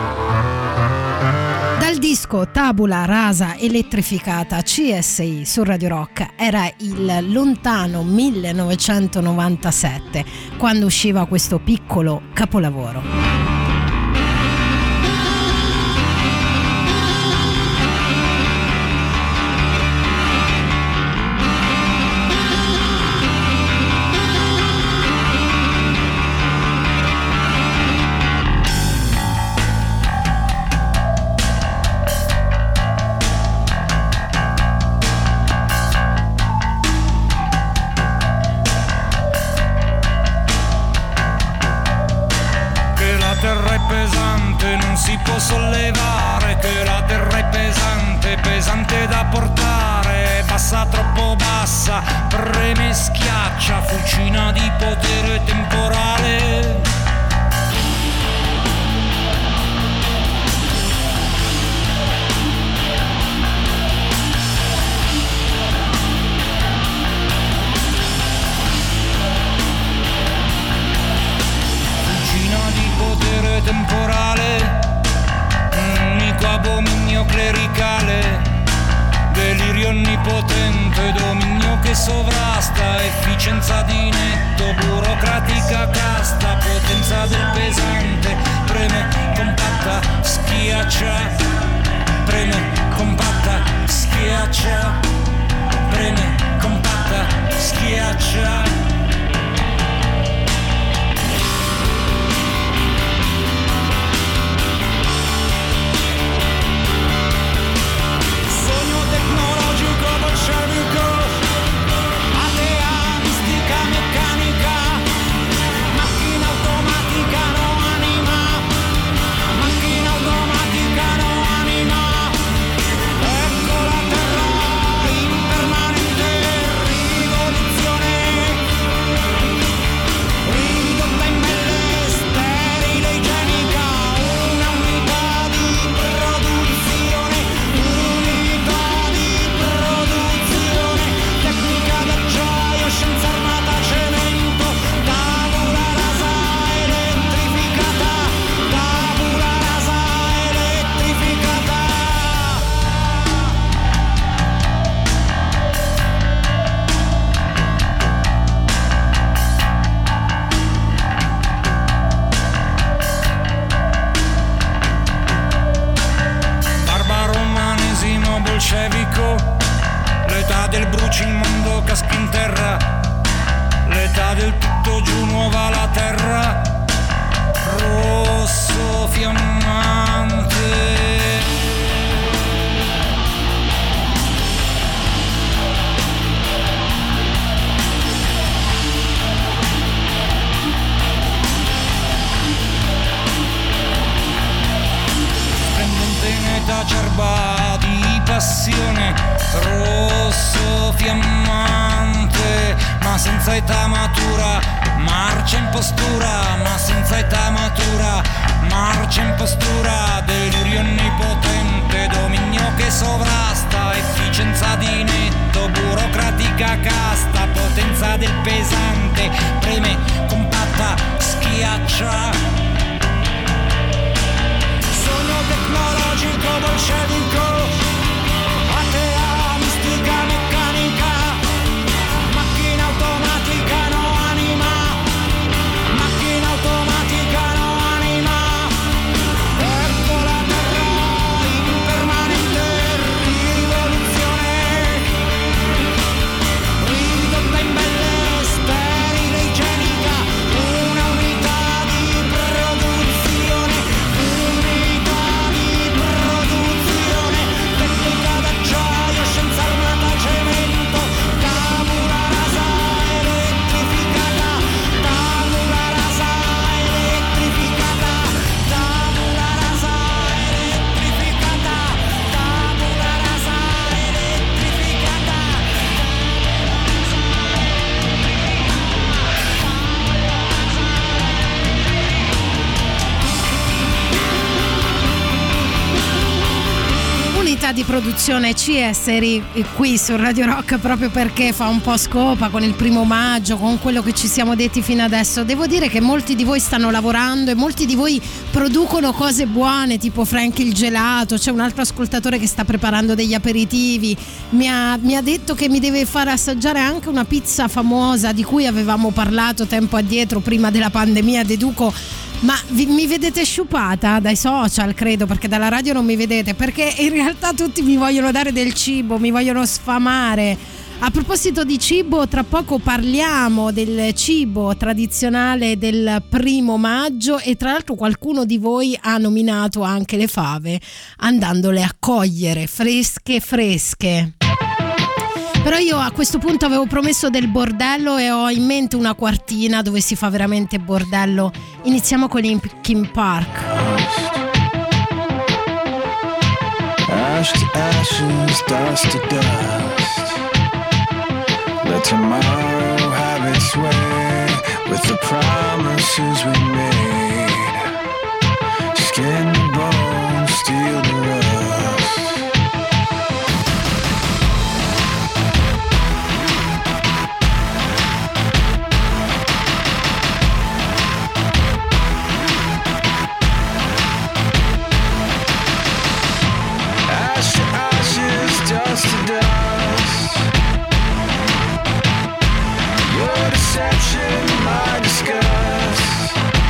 Dal disco Tabula Rasa Elettrificata CSI su Radio Rock era il lontano 1997 quando usciva questo piccolo capolavoro. Si può sollevare, che la terra è pesante, pesante da portare, bassa troppo bassa, preme schiaccia, fucina di potere temporale. Fucina di potere temporale, abominio clericale, delirio onnipotente, dominio che sovrasta, efficienza di netto, burocratica casta, potenza del pesante, preme compatta, schiaccia, preme compatta, schiaccia, preme compatta, schiaccia. L'età del bruci, il mondo casca in terra, l'età del tutto giù, nuova la terra, rosso fiammante. Splendente in età acerba di passione, rosso fiammante, ma senza età matura, marcia in postura ma senza età matura, marcia in postura, delirio onnipotente, dominio che sovrasta, efficienza di netto, burocratica casta, potenza del pesante, preme, compatta, schiaccia. Sogno tecnologico, bolscevico, atea, mistica, meccanica, macchina automatica, no anima, macchina automatica, no anima. Ecco la terra in permanente rivoluzione, ridotta in belle, sterile, igienica, una unità di produzione, tecnica d'acciaio, scienza armata, cemento, tabula rasa elettrificata, tabula rasa elettrificata, tabula rasa elettrificata, tabula rasa elettrificata. Unità di produzione CS qui su Radio Rock, proprio perché fa un po' scopa con il 1 maggio, con quello che ci siamo detti fino adesso. Devo dire che molti di voi stanno lavorando e molti di voi producono cose buone, tipo Frankie il gelato. C'è un altro ascoltatore che sta preparando degli aperitivi, mi ha detto che mi deve far assaggiare anche una pizza famosa di cui avevamo parlato tempo addietro, prima della pandemia, deduco. Ma mi vedete sciupata dai social, credo, perché dalla radio non mi vedete, perché in realtà tutti mi vogliono dare del cibo, mi vogliono sfamare. A proposito di cibo, tra poco parliamo del cibo tradizionale del 1 maggio e tra l'altro qualcuno di voi ha nominato anche le fave, andandole a cogliere fresche. Però io a questo punto avevo promesso del bordello e ho in mente una quartina dove si fa veramente bordello. Iniziamo con Linkin Park. Ash to ashes, dust to dust. Let tomorrow have its way with the promises we made. Skin and bone, steel to rust. Dust to dust. Your deception, my disgust.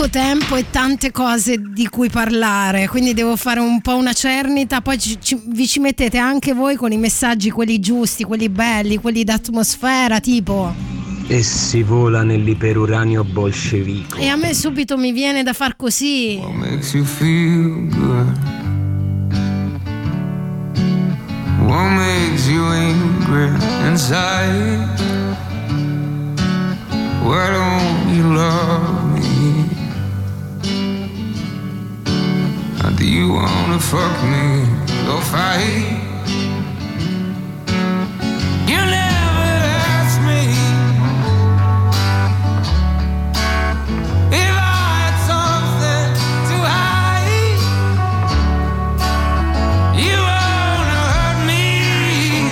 poco tempo e tante cose di cui parlare, quindi devo fare un po' una cernita, poi vi ci mettete anche voi con i messaggi, quelli giusti, quelli belli, quelli d'atmosfera, tipo e si vola nell'iperuranio bolscevico. E a me subito mi viene da far così. What makes you feel good? What makes you angry inside? Why don't you love me? Or do you wanna fuck me or fight? You never asked me if I had something to hide. You wanna hurt me?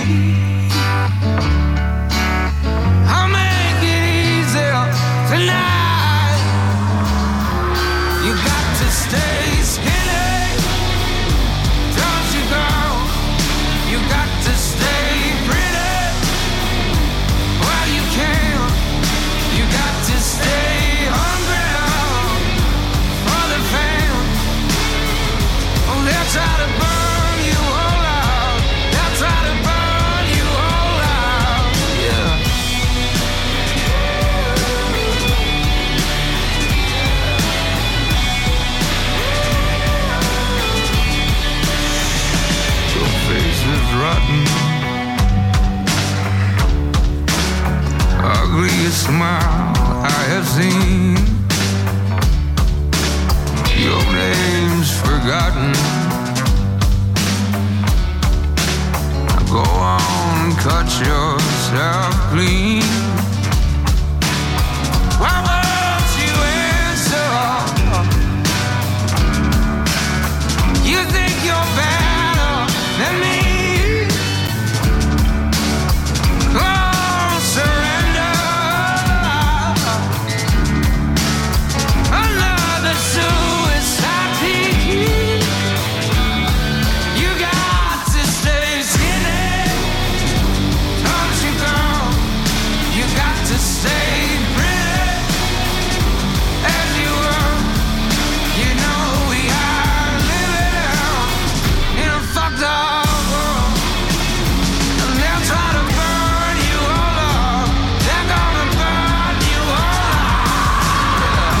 I'll make it easier tonight. You got to stay skinny, don't you, girl? You got to stay pretty while you can. You got to stay hungry for the fam. Oh, they'll try to burn you all out. They'll try to burn you all out. Yeah. Your face is rotten. Ugliest smile I have seen. Your name's forgotten. Go on, cut yourself clean. Why won't you answer? You think you're better than me? Oh, surrender. Another suicide team. You got to stay skinny, don't you, girl? You got to stay pretty as you were. You know we are living in a fucked up world, and they'll try to burn you all up. They're gonna burn you all up.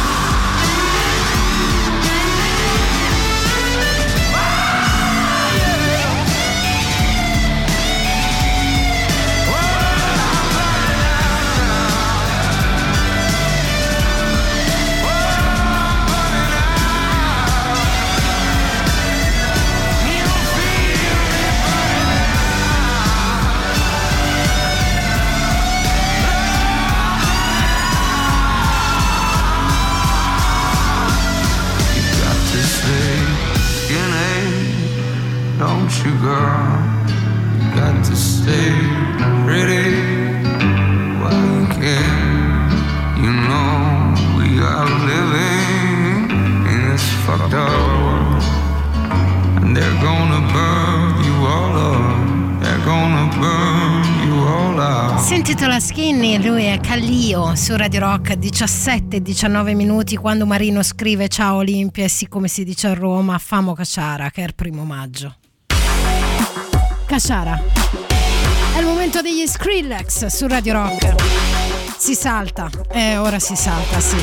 You got to stay skinny, don't you, girl? You got to stay pretty while you can. You know we are living in this fucked up world, and they're gonna burn you all up. They're gonna burn you all out. Sentitela Skinny, lui è Callio su Radio Rock, 17-19 minuti, quando Marino scrive ciao Olimpia e sì, come si dice a Roma, famo Caciara, che è il 1 maggio. Caciara. È il momento degli Skrillex su Radio Rock. Si salta, ora si salta, sì.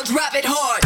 drop it hard.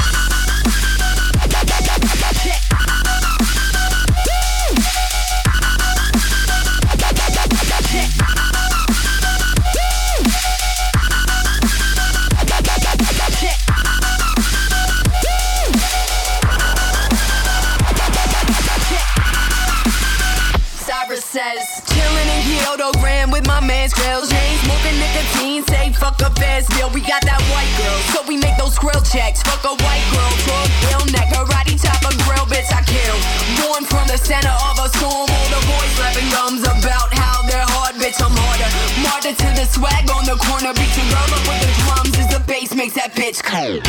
Says chillin' in Kyoto Grand with my man's grills. Chain smoking nicotine, say fuck a fast bill. We got that white girl, so we make those grill checks. Fuck a white girl, drug ill neck, karate chop a grill, bitch I kill. Born from the center of a storm, all the boys rapping gums about how they're hard, bitch I'm harder. Martyr to the swag on the corner, beat your girl up with the drums as the bass makes that bitch cold.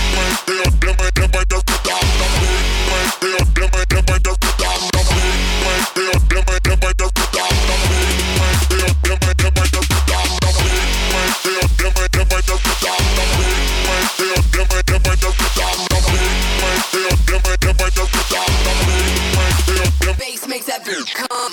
Bass makes that bitch come.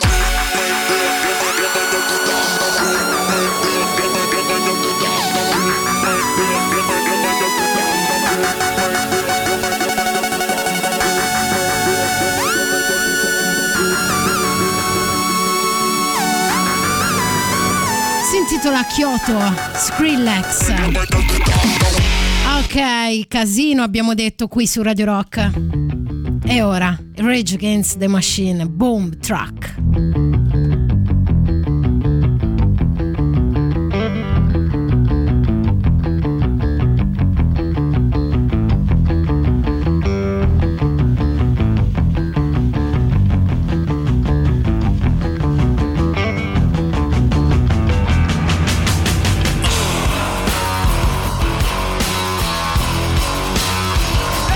Si intitola Kyoto, Skrillex. Ok, casino abbiamo detto qui su Radio Rock. E ora Rage Against the Machine, Boom Truck.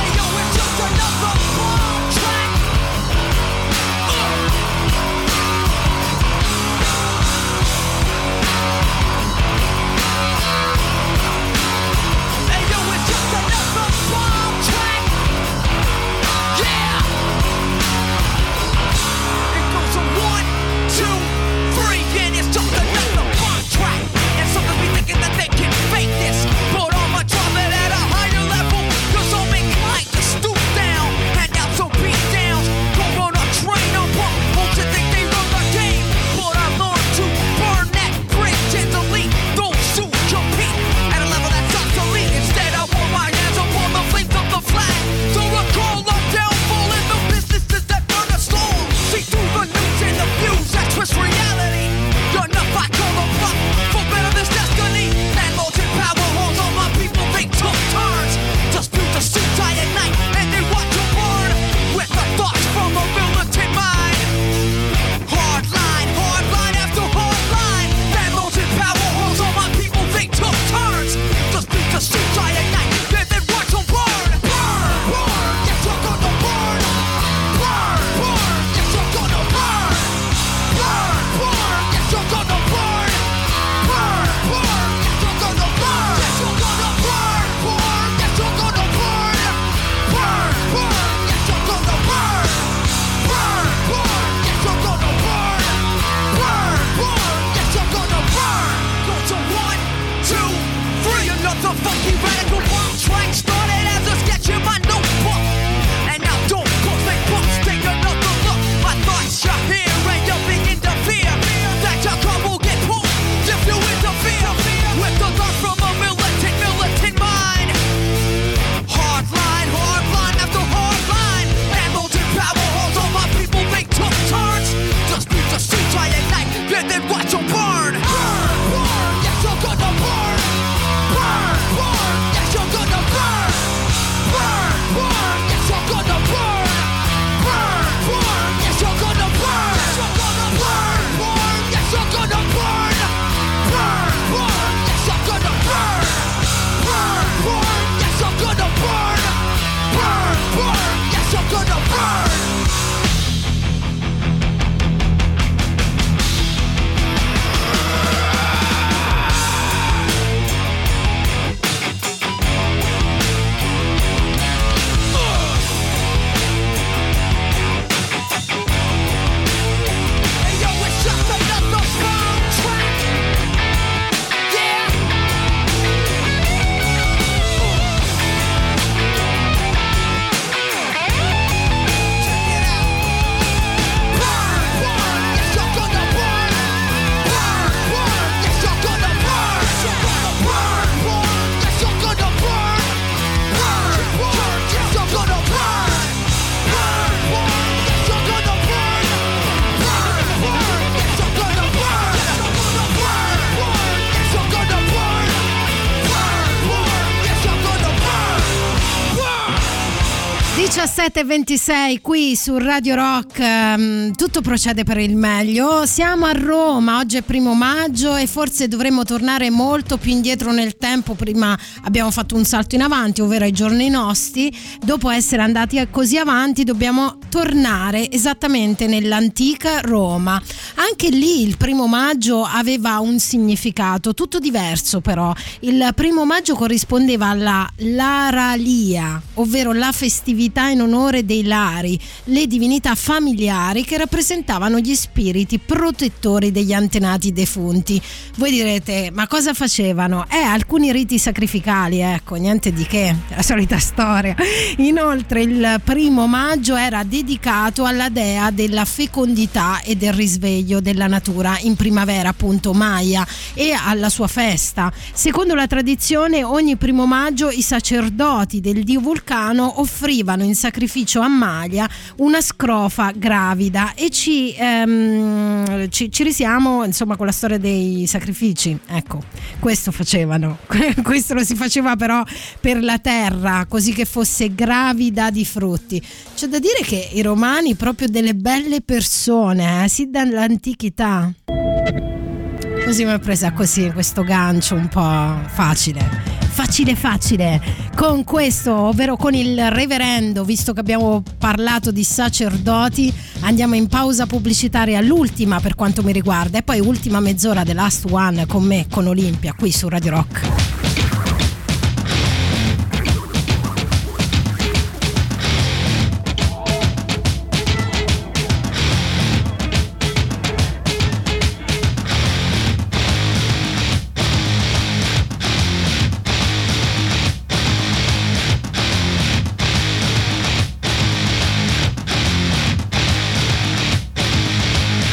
Hey yo, it's just another bomb track. 17:26 qui su Radio Rock, tutto procede per il meglio. Siamo a Roma, oggi è 1° maggio e forse dovremmo tornare molto più indietro nel tempo. Prima abbiamo fatto un salto in avanti, ovvero ai giorni nostri. Dopo essere andati così avanti dobbiamo tornare esattamente nell'antica Roma. Anche lì il 1° maggio aveva un significato tutto diverso, però il 1° maggio corrispondeva alla Laralia, ovvero la festività in onore dei Lari, le divinità familiari che rappresentavano gli spiriti protettori degli antenati defunti. Voi direte, ma cosa facevano? Alcuni riti sacrificali, ecco, niente di che, la solita storia. Inoltre il 1° maggio era dedicato alla dea della fecondità e del risveglio della natura in primavera, appunto Maya, e alla sua festa. Secondo la tradizione, ogni 1° maggio i sacerdoti del dio Vulcano offrivano in sacrificio a Maya una scrofa gravida e ci risiamo insomma con la storia dei sacrifici. Ecco, questo facevano. Questo lo si faceva però per la terra, così che fosse gravida di frutti. C'è da dire che i romani proprio delle belle persone, sin dall'antichità. Così mi è presa così questo gancio un po' facile con questo, ovvero con il reverendo. Visto che abbiamo parlato di sacerdoti, andiamo in pausa pubblicitaria, l'ultima per quanto mi riguarda, e poi ultima mezz'ora The Last One con me, con Olimpia, qui su Radio Rock.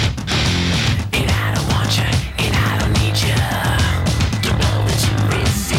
And I don't want you, and I don't need you to know that you miss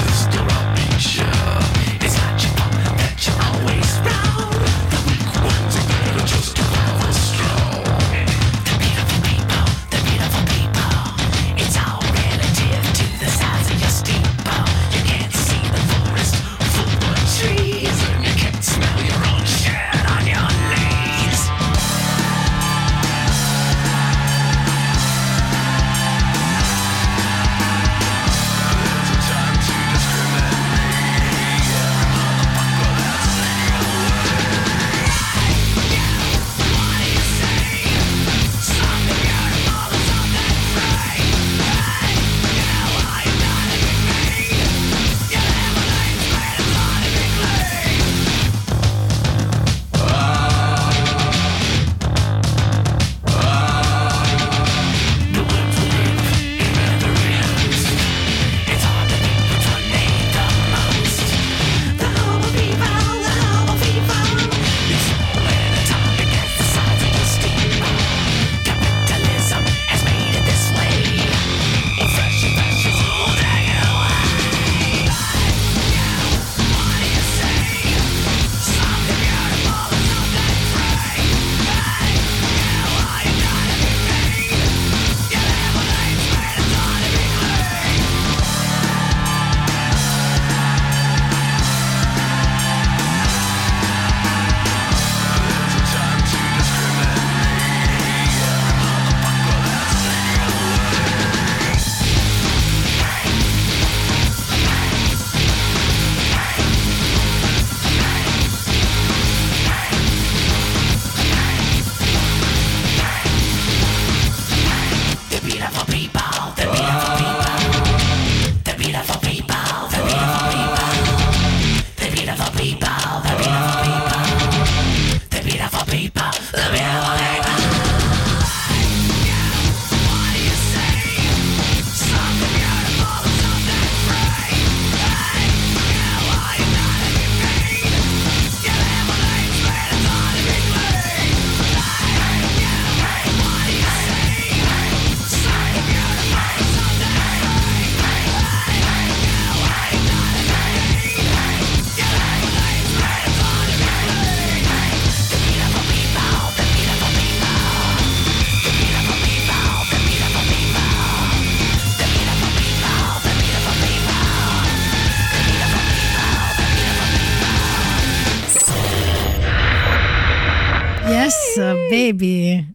baby.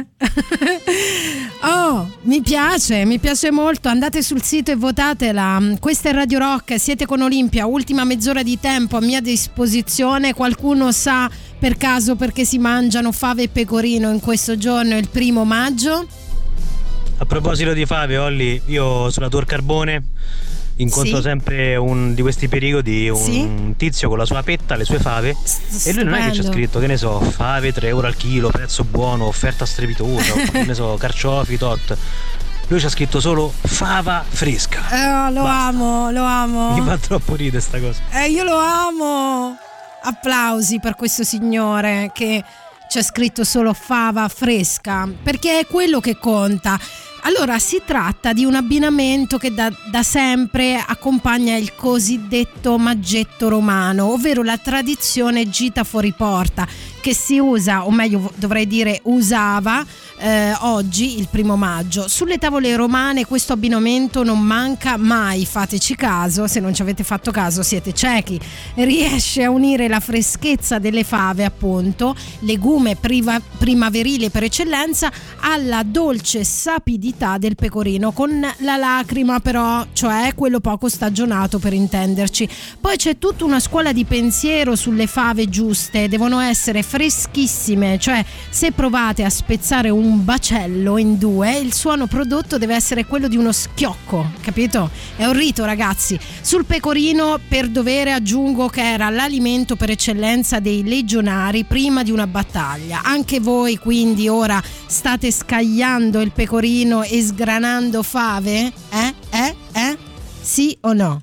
Oh, mi piace molto. Andate sul sito e votatela. Questa è Radio Rock, siete con Olimpia, ultima mezz'ora di tempo a mia disposizione. Qualcuno sa per caso perché si mangiano fave e pecorino in questo giorno, il 1° maggio? A proposito di fave, Olli, io sulla Tor Carbone incontro sempre di questi periodi un tizio con la sua petta, le sue fave, e lui non è che c'è scritto, che ne so, fave 3 euro al chilo, prezzo buono, offerta strepitosa, che ne so, carciofi, tot. Lui c'ha scritto solo fava fresca. Lo amo. Mi fa troppo ridere sta cosa. Io lo amo. Applausi per questo signore che c'è scritto solo fava fresca, perché è quello che conta. Allora, si tratta di un abbinamento che da sempre accompagna il cosiddetto maggetto romano, ovvero la tradizione gita fuori porta, che si usa, o meglio dovrei dire usava, oggi il 1° maggio. Sulle tavole romane questo abbinamento non manca mai, fateci caso, se non ci avete fatto caso siete ciechi. Riesce a unire la freschezza delle fave, appunto, legume primaverile per eccellenza, alla dolce sapidità del pecorino, con la lacrima però, cioè quello poco stagionato per intenderci. Poi c'è tutta una scuola di pensiero sulle fave giuste, devono essere freschissime, cioè se provate a spezzare un bacello in due, il suono prodotto deve essere quello di uno schiocco, capito? È un rito, ragazzi. Sul pecorino, per dovere, aggiungo che era l'alimento per eccellenza dei legionari prima di una battaglia. Anche voi quindi ora state scagliando il pecorino e sgranando fave? Sì o no?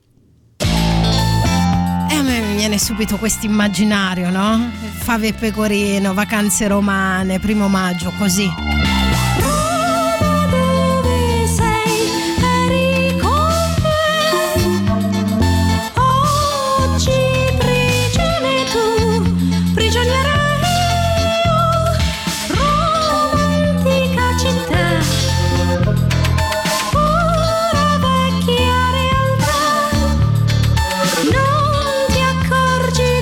A me mi viene subito questo immaginario, no? Fave e pecorino, vacanze romane, 1° maggio, così.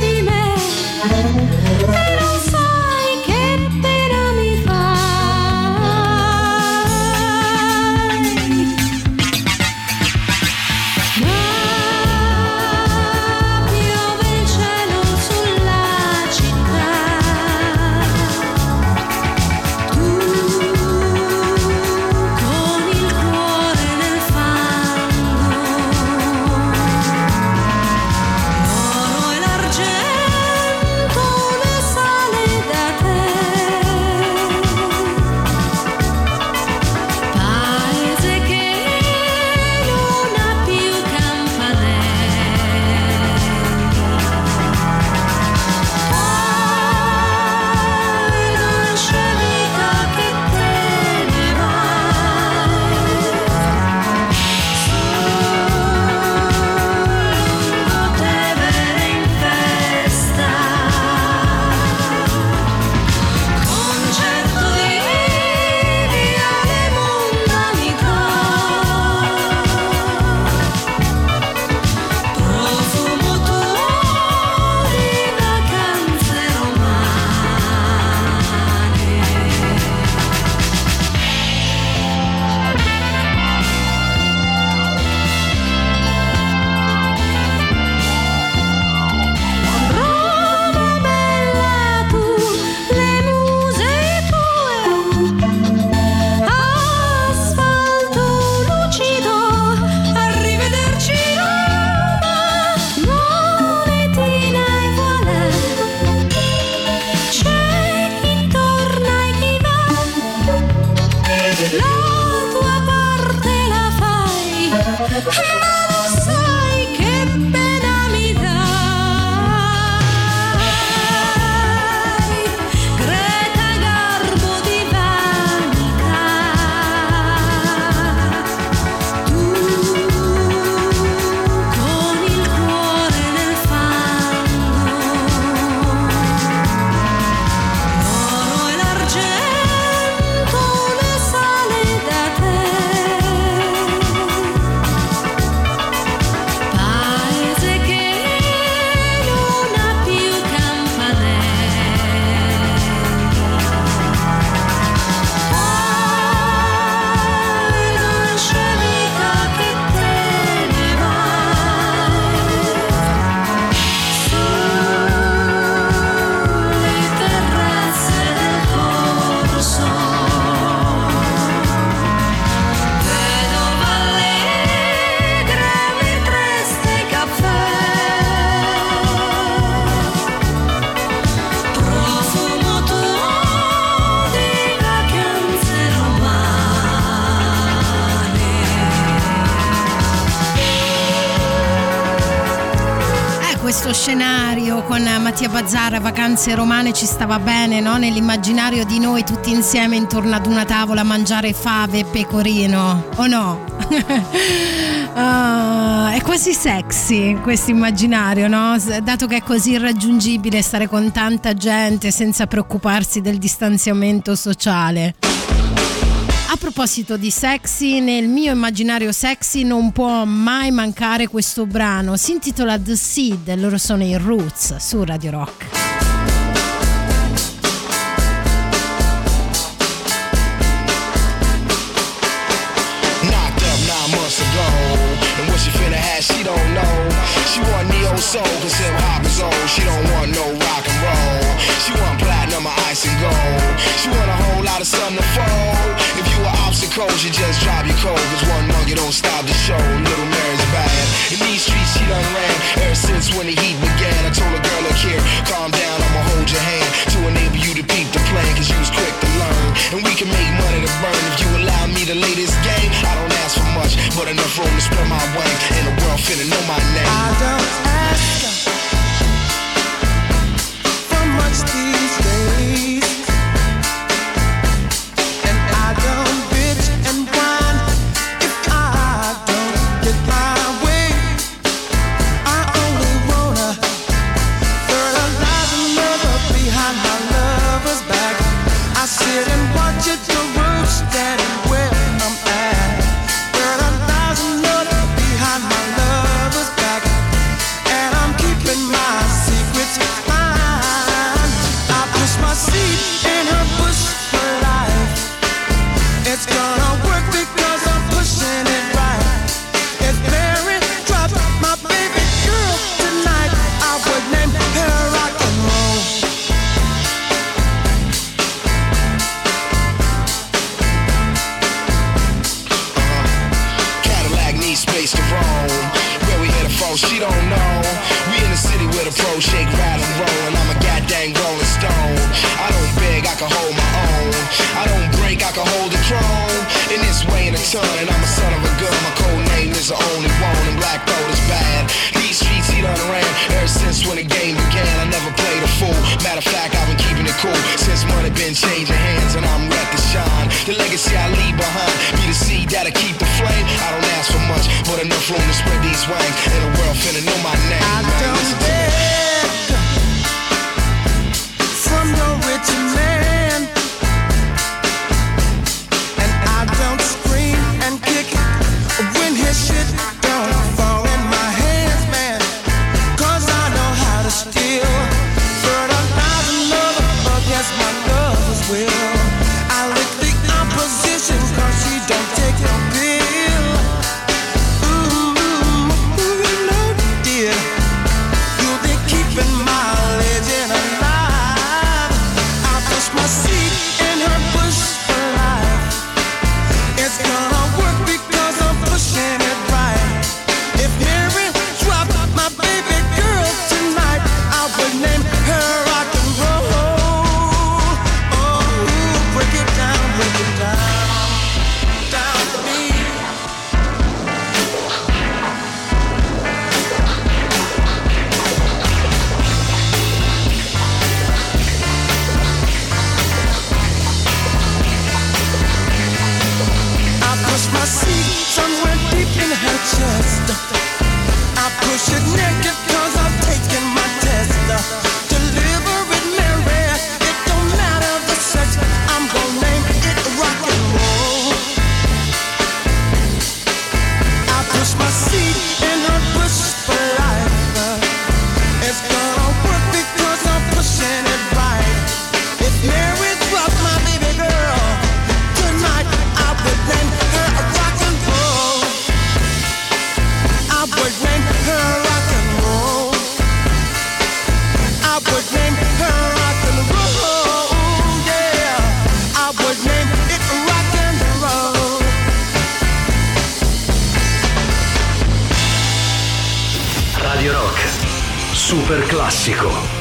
E non sai che pena mi fa. scenario con Mattia Bazzara, Vacanze romane, ci stava bene, no? Nell'immaginario di noi tutti insieme intorno ad una tavola a mangiare fave e pecorino, o no? È quasi sexy questo immaginario, no? Dato che è così irraggiungibile stare con tanta gente senza preoccuparsi del distanziamento sociale. A proposito di sexy, nel mio immaginario sexy non può mai mancare questo brano. Si intitola The Seed, loro sono i Roots su Radio Rock. Knocked up 9 months ago, and what she finna have, she don't know. She want neo soul, cause hip hop is old. She don't want no rock and roll. She want platinum or ice and gold. She want a whole lot of sun to fold. If you were obstacles, you just drop your cold. Cause one monkey don't stop the show. Little Mary's bad. In these streets she done ran ever since when the heat began. I told a girl, look here, calm down, I'ma hold your hand to enable you to peep the plan, cause you was quick to learn. And we can make money to burn if you allow me to lay this game. I don't ask for much, but enough room to spread my wings. And the world finna know my name. I don't ask for much these days, and I don't bitch and whine if I don't get my way. I only wanna fertilize another behind my lover's back. I sit and watch it the road standing where I'm at. Fertilize another behind my lover's back, and I'm keeping my secrets fine. I push my seed in her bush for life. It's gonna work because I'm pushing it right. If Mary dropped my baby girl tonight, I would name her rock and roll. Cadillac needs space to roam. Where we headed for, she don't know. We in the city with a pro shake, rattle and roll, and I'm a goddamn rolling stone. I don't beg, I can hold my own. I don't break, I can hold the throne. In this way in a ton, and I'm a son of a gun. My code name is the only one, and black gold is bad. These streets he done ran ever since when the game began. I never played a fool. Matter of fact, I've been keeping it cool since money been changing hands, and I'm ready to shine. The legacy I leave behind be the seed that'll keep the flame. I don't ask for much, but enough room to spread these wings, and the world finna know my name. I don't beg from no rich man, and I don't scream and kick when his shit don't fall in my hands, man. Cause I know how to steal, fertilize another against my lover's will. I lick the opposition cause she don't take a pill. No dear, you'll be keeping my legend alive. I push my seed in her bush for life. It's gonna work because I'm pushing it right. If Mary dropped my baby girl tonight, I would name her rock and roll. Oh, break it down, down to me. I push my seed somewhere deep in her chest. I push it naked cause I'm taking my test. Deliver it, Mary, it don't matter the sex. I'm gonna name it rock and roll. I push my seed in her bush for life. It's gonna work because I'm pushing it right. If Mary dropped my baby girl tonight, I would name her rock and roll. I would name her rock and roll. I would name her rock and roll. Yeah, I would name it rock and roll. Radio Rock, super classico.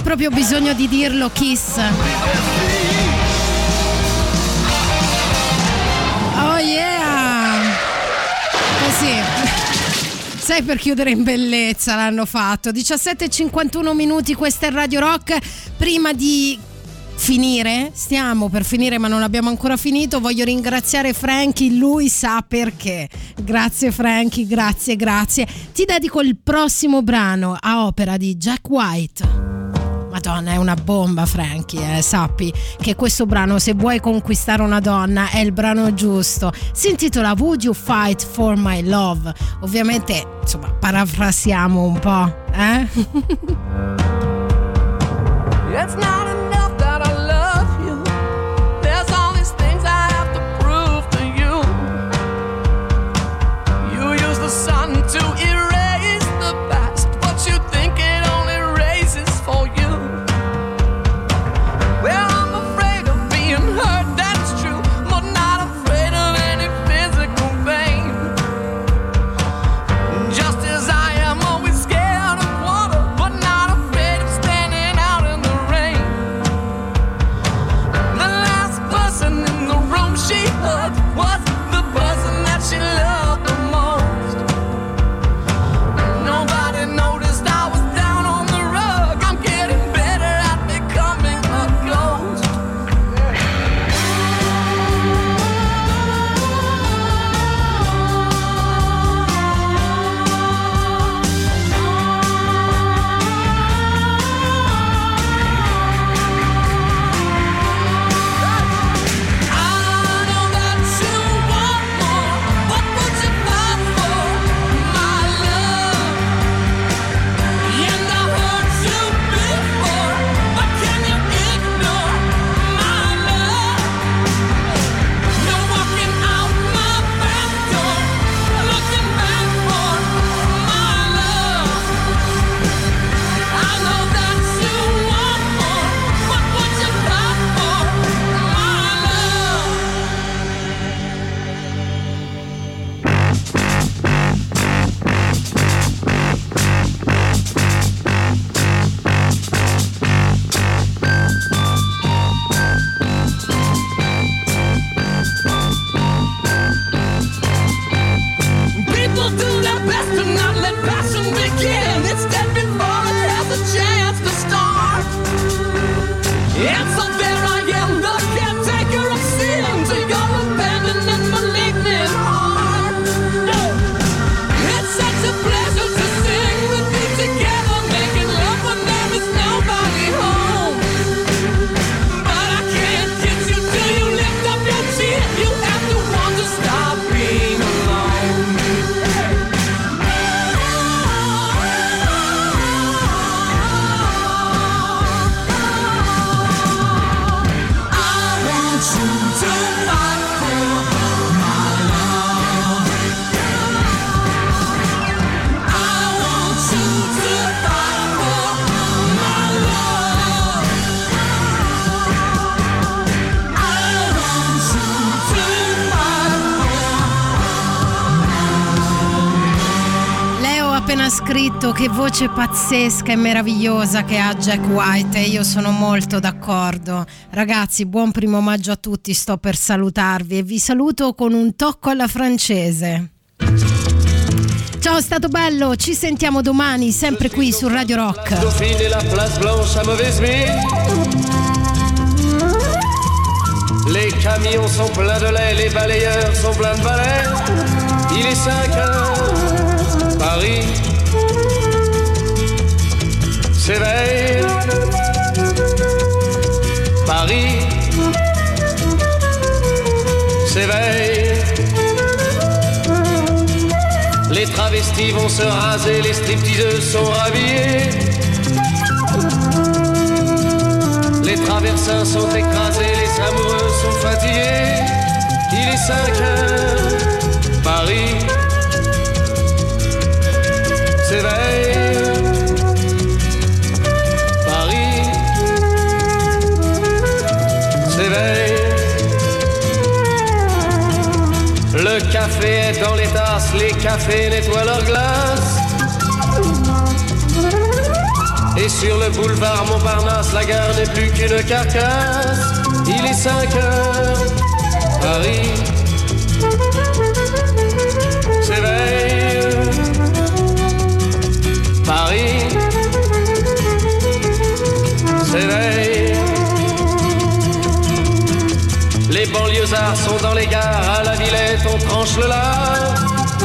proprio bisogno di dirlo, Kiss. Oh yeah! Così. Sai, per chiudere in bellezza l'hanno fatto. 17:51 minuti, questa è Radio Rock. Prima di finire, stiamo per finire ma non abbiamo ancora finito, voglio ringraziare Frankie, lui sa perché. Grazie Frankie, grazie. Ti dedico il prossimo brano a opera di Jack White. Madonna, è una bomba Frankie, sappi che questo brano, se vuoi conquistare una donna, è il brano giusto. Si intitola Would You Fight for My Love? Ovviamente, insomma, parafrasiamo un po', It's not enough that I love you. There's all these things I have to prove to you. You use the sun to erase the past, but you think it only erases for you. Well, I'm afraid of being hurt, that's true, but not afraid of any physical pain. Just as I am always scared of water, but not afraid of standing out in the rain. The last person in the room she hugged was the person that she loved the most. Nobody noticed I was down on the rug. I'm getting better at becoming a ghost. I know that you want more. What would you fight for? My love. And I hurt you before, but can you ignore my love? You're walking out my back door, looking back for my love. I know that you want more. What would you fight for? My love. People do their best to not let passion begin. It's dead before it has a chance to start. And so there I am, the caretaker of sin, to your abandoned and malignant heart. It's such a pleasure to sing with you together, making love when there is nobody home. But I can't get you till you lift up your chin. You have to want to stop being alone. I want you to fight for my love. I want you to fight for my love. I want you to fight. Leo ha appena scritto che voce pazzesca e meravigliosa che ha Jack White, e io sono molto d'accordo. Ragazzi, buon primo maggio a tutti, sto per salutarvi e vi saluto con un tocco alla francese. Ciao, è stato bello, ci sentiamo domani sempre qui su Radio Rock. Dauphine et la place Blanche à mauvaise mine. Les camions sont pleins de lait, les balayeurs sont pleins de balais. Il est 5 heures, Paris s'éveille. Paris s'éveille. Les travestis vont se raser, les stripteaseuses sont rhabillées. Les traversins sont écrasés, les amoureux sont fatigués. Il est 5 heures, Paris s'éveille. Paris s'éveille. Le café est dans les tasses, les cafés nettoient leurs glaces. Et sur le boulevard Montparnasse, la gare n'est plus qu'une carcasse. Il est 5 heures, Paris s'éveille. Paris s'éveille. Les banlieusards sont dans les gares, à la Villette on tranche le lard.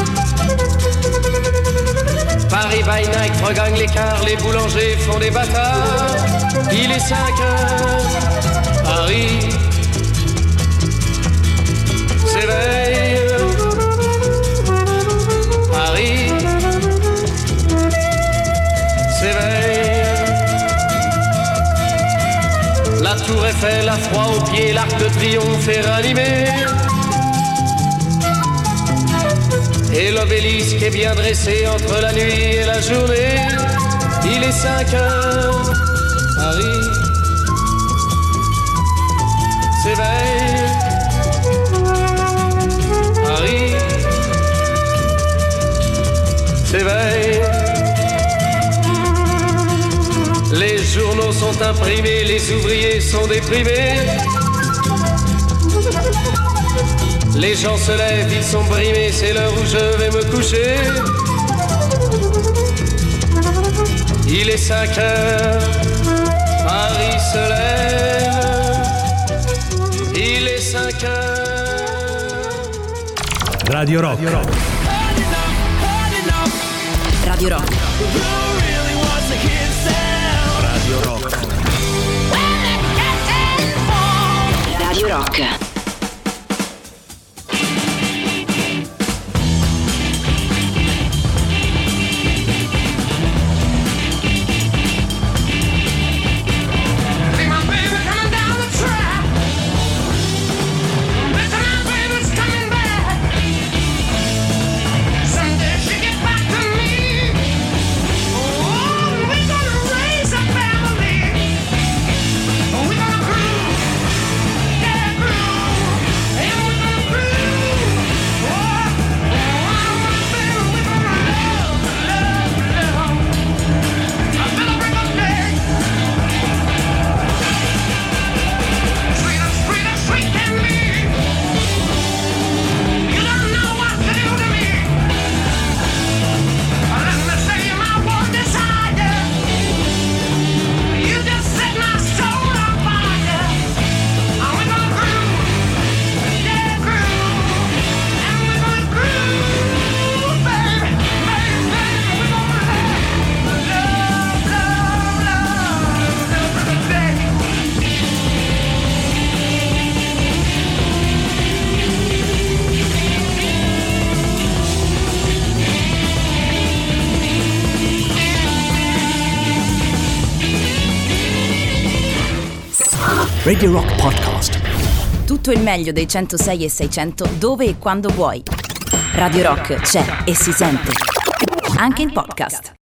Paris by night regagne l'écart, les boulangers font des bâtards. Il est 5 heures, Paris s'éveille. Paris s'éveille. La tour Eiffel a froid aux pieds, l'Arc de Triomphe est ranimé. Et l'obélisque est bien dressé entre la nuit et la journée. Il est 5 heures, Paris s'éveille. Paris s'éveille. Les journaux sont imprimés, les ouvriers sont déprimés. Les gens se lèvent, ils sont brimés, c'est l'heure où je vais me coucher. Il est 5 heures, Paris se lève. Il est 5 heures. Radio Rock. Radio Rock. Radio Rock. Radio Rock. Radio Rock Podcast. Tutto il meglio dei 106 e 600 dove e quando vuoi. Radio Rock c'è e si sente. Anche in podcast.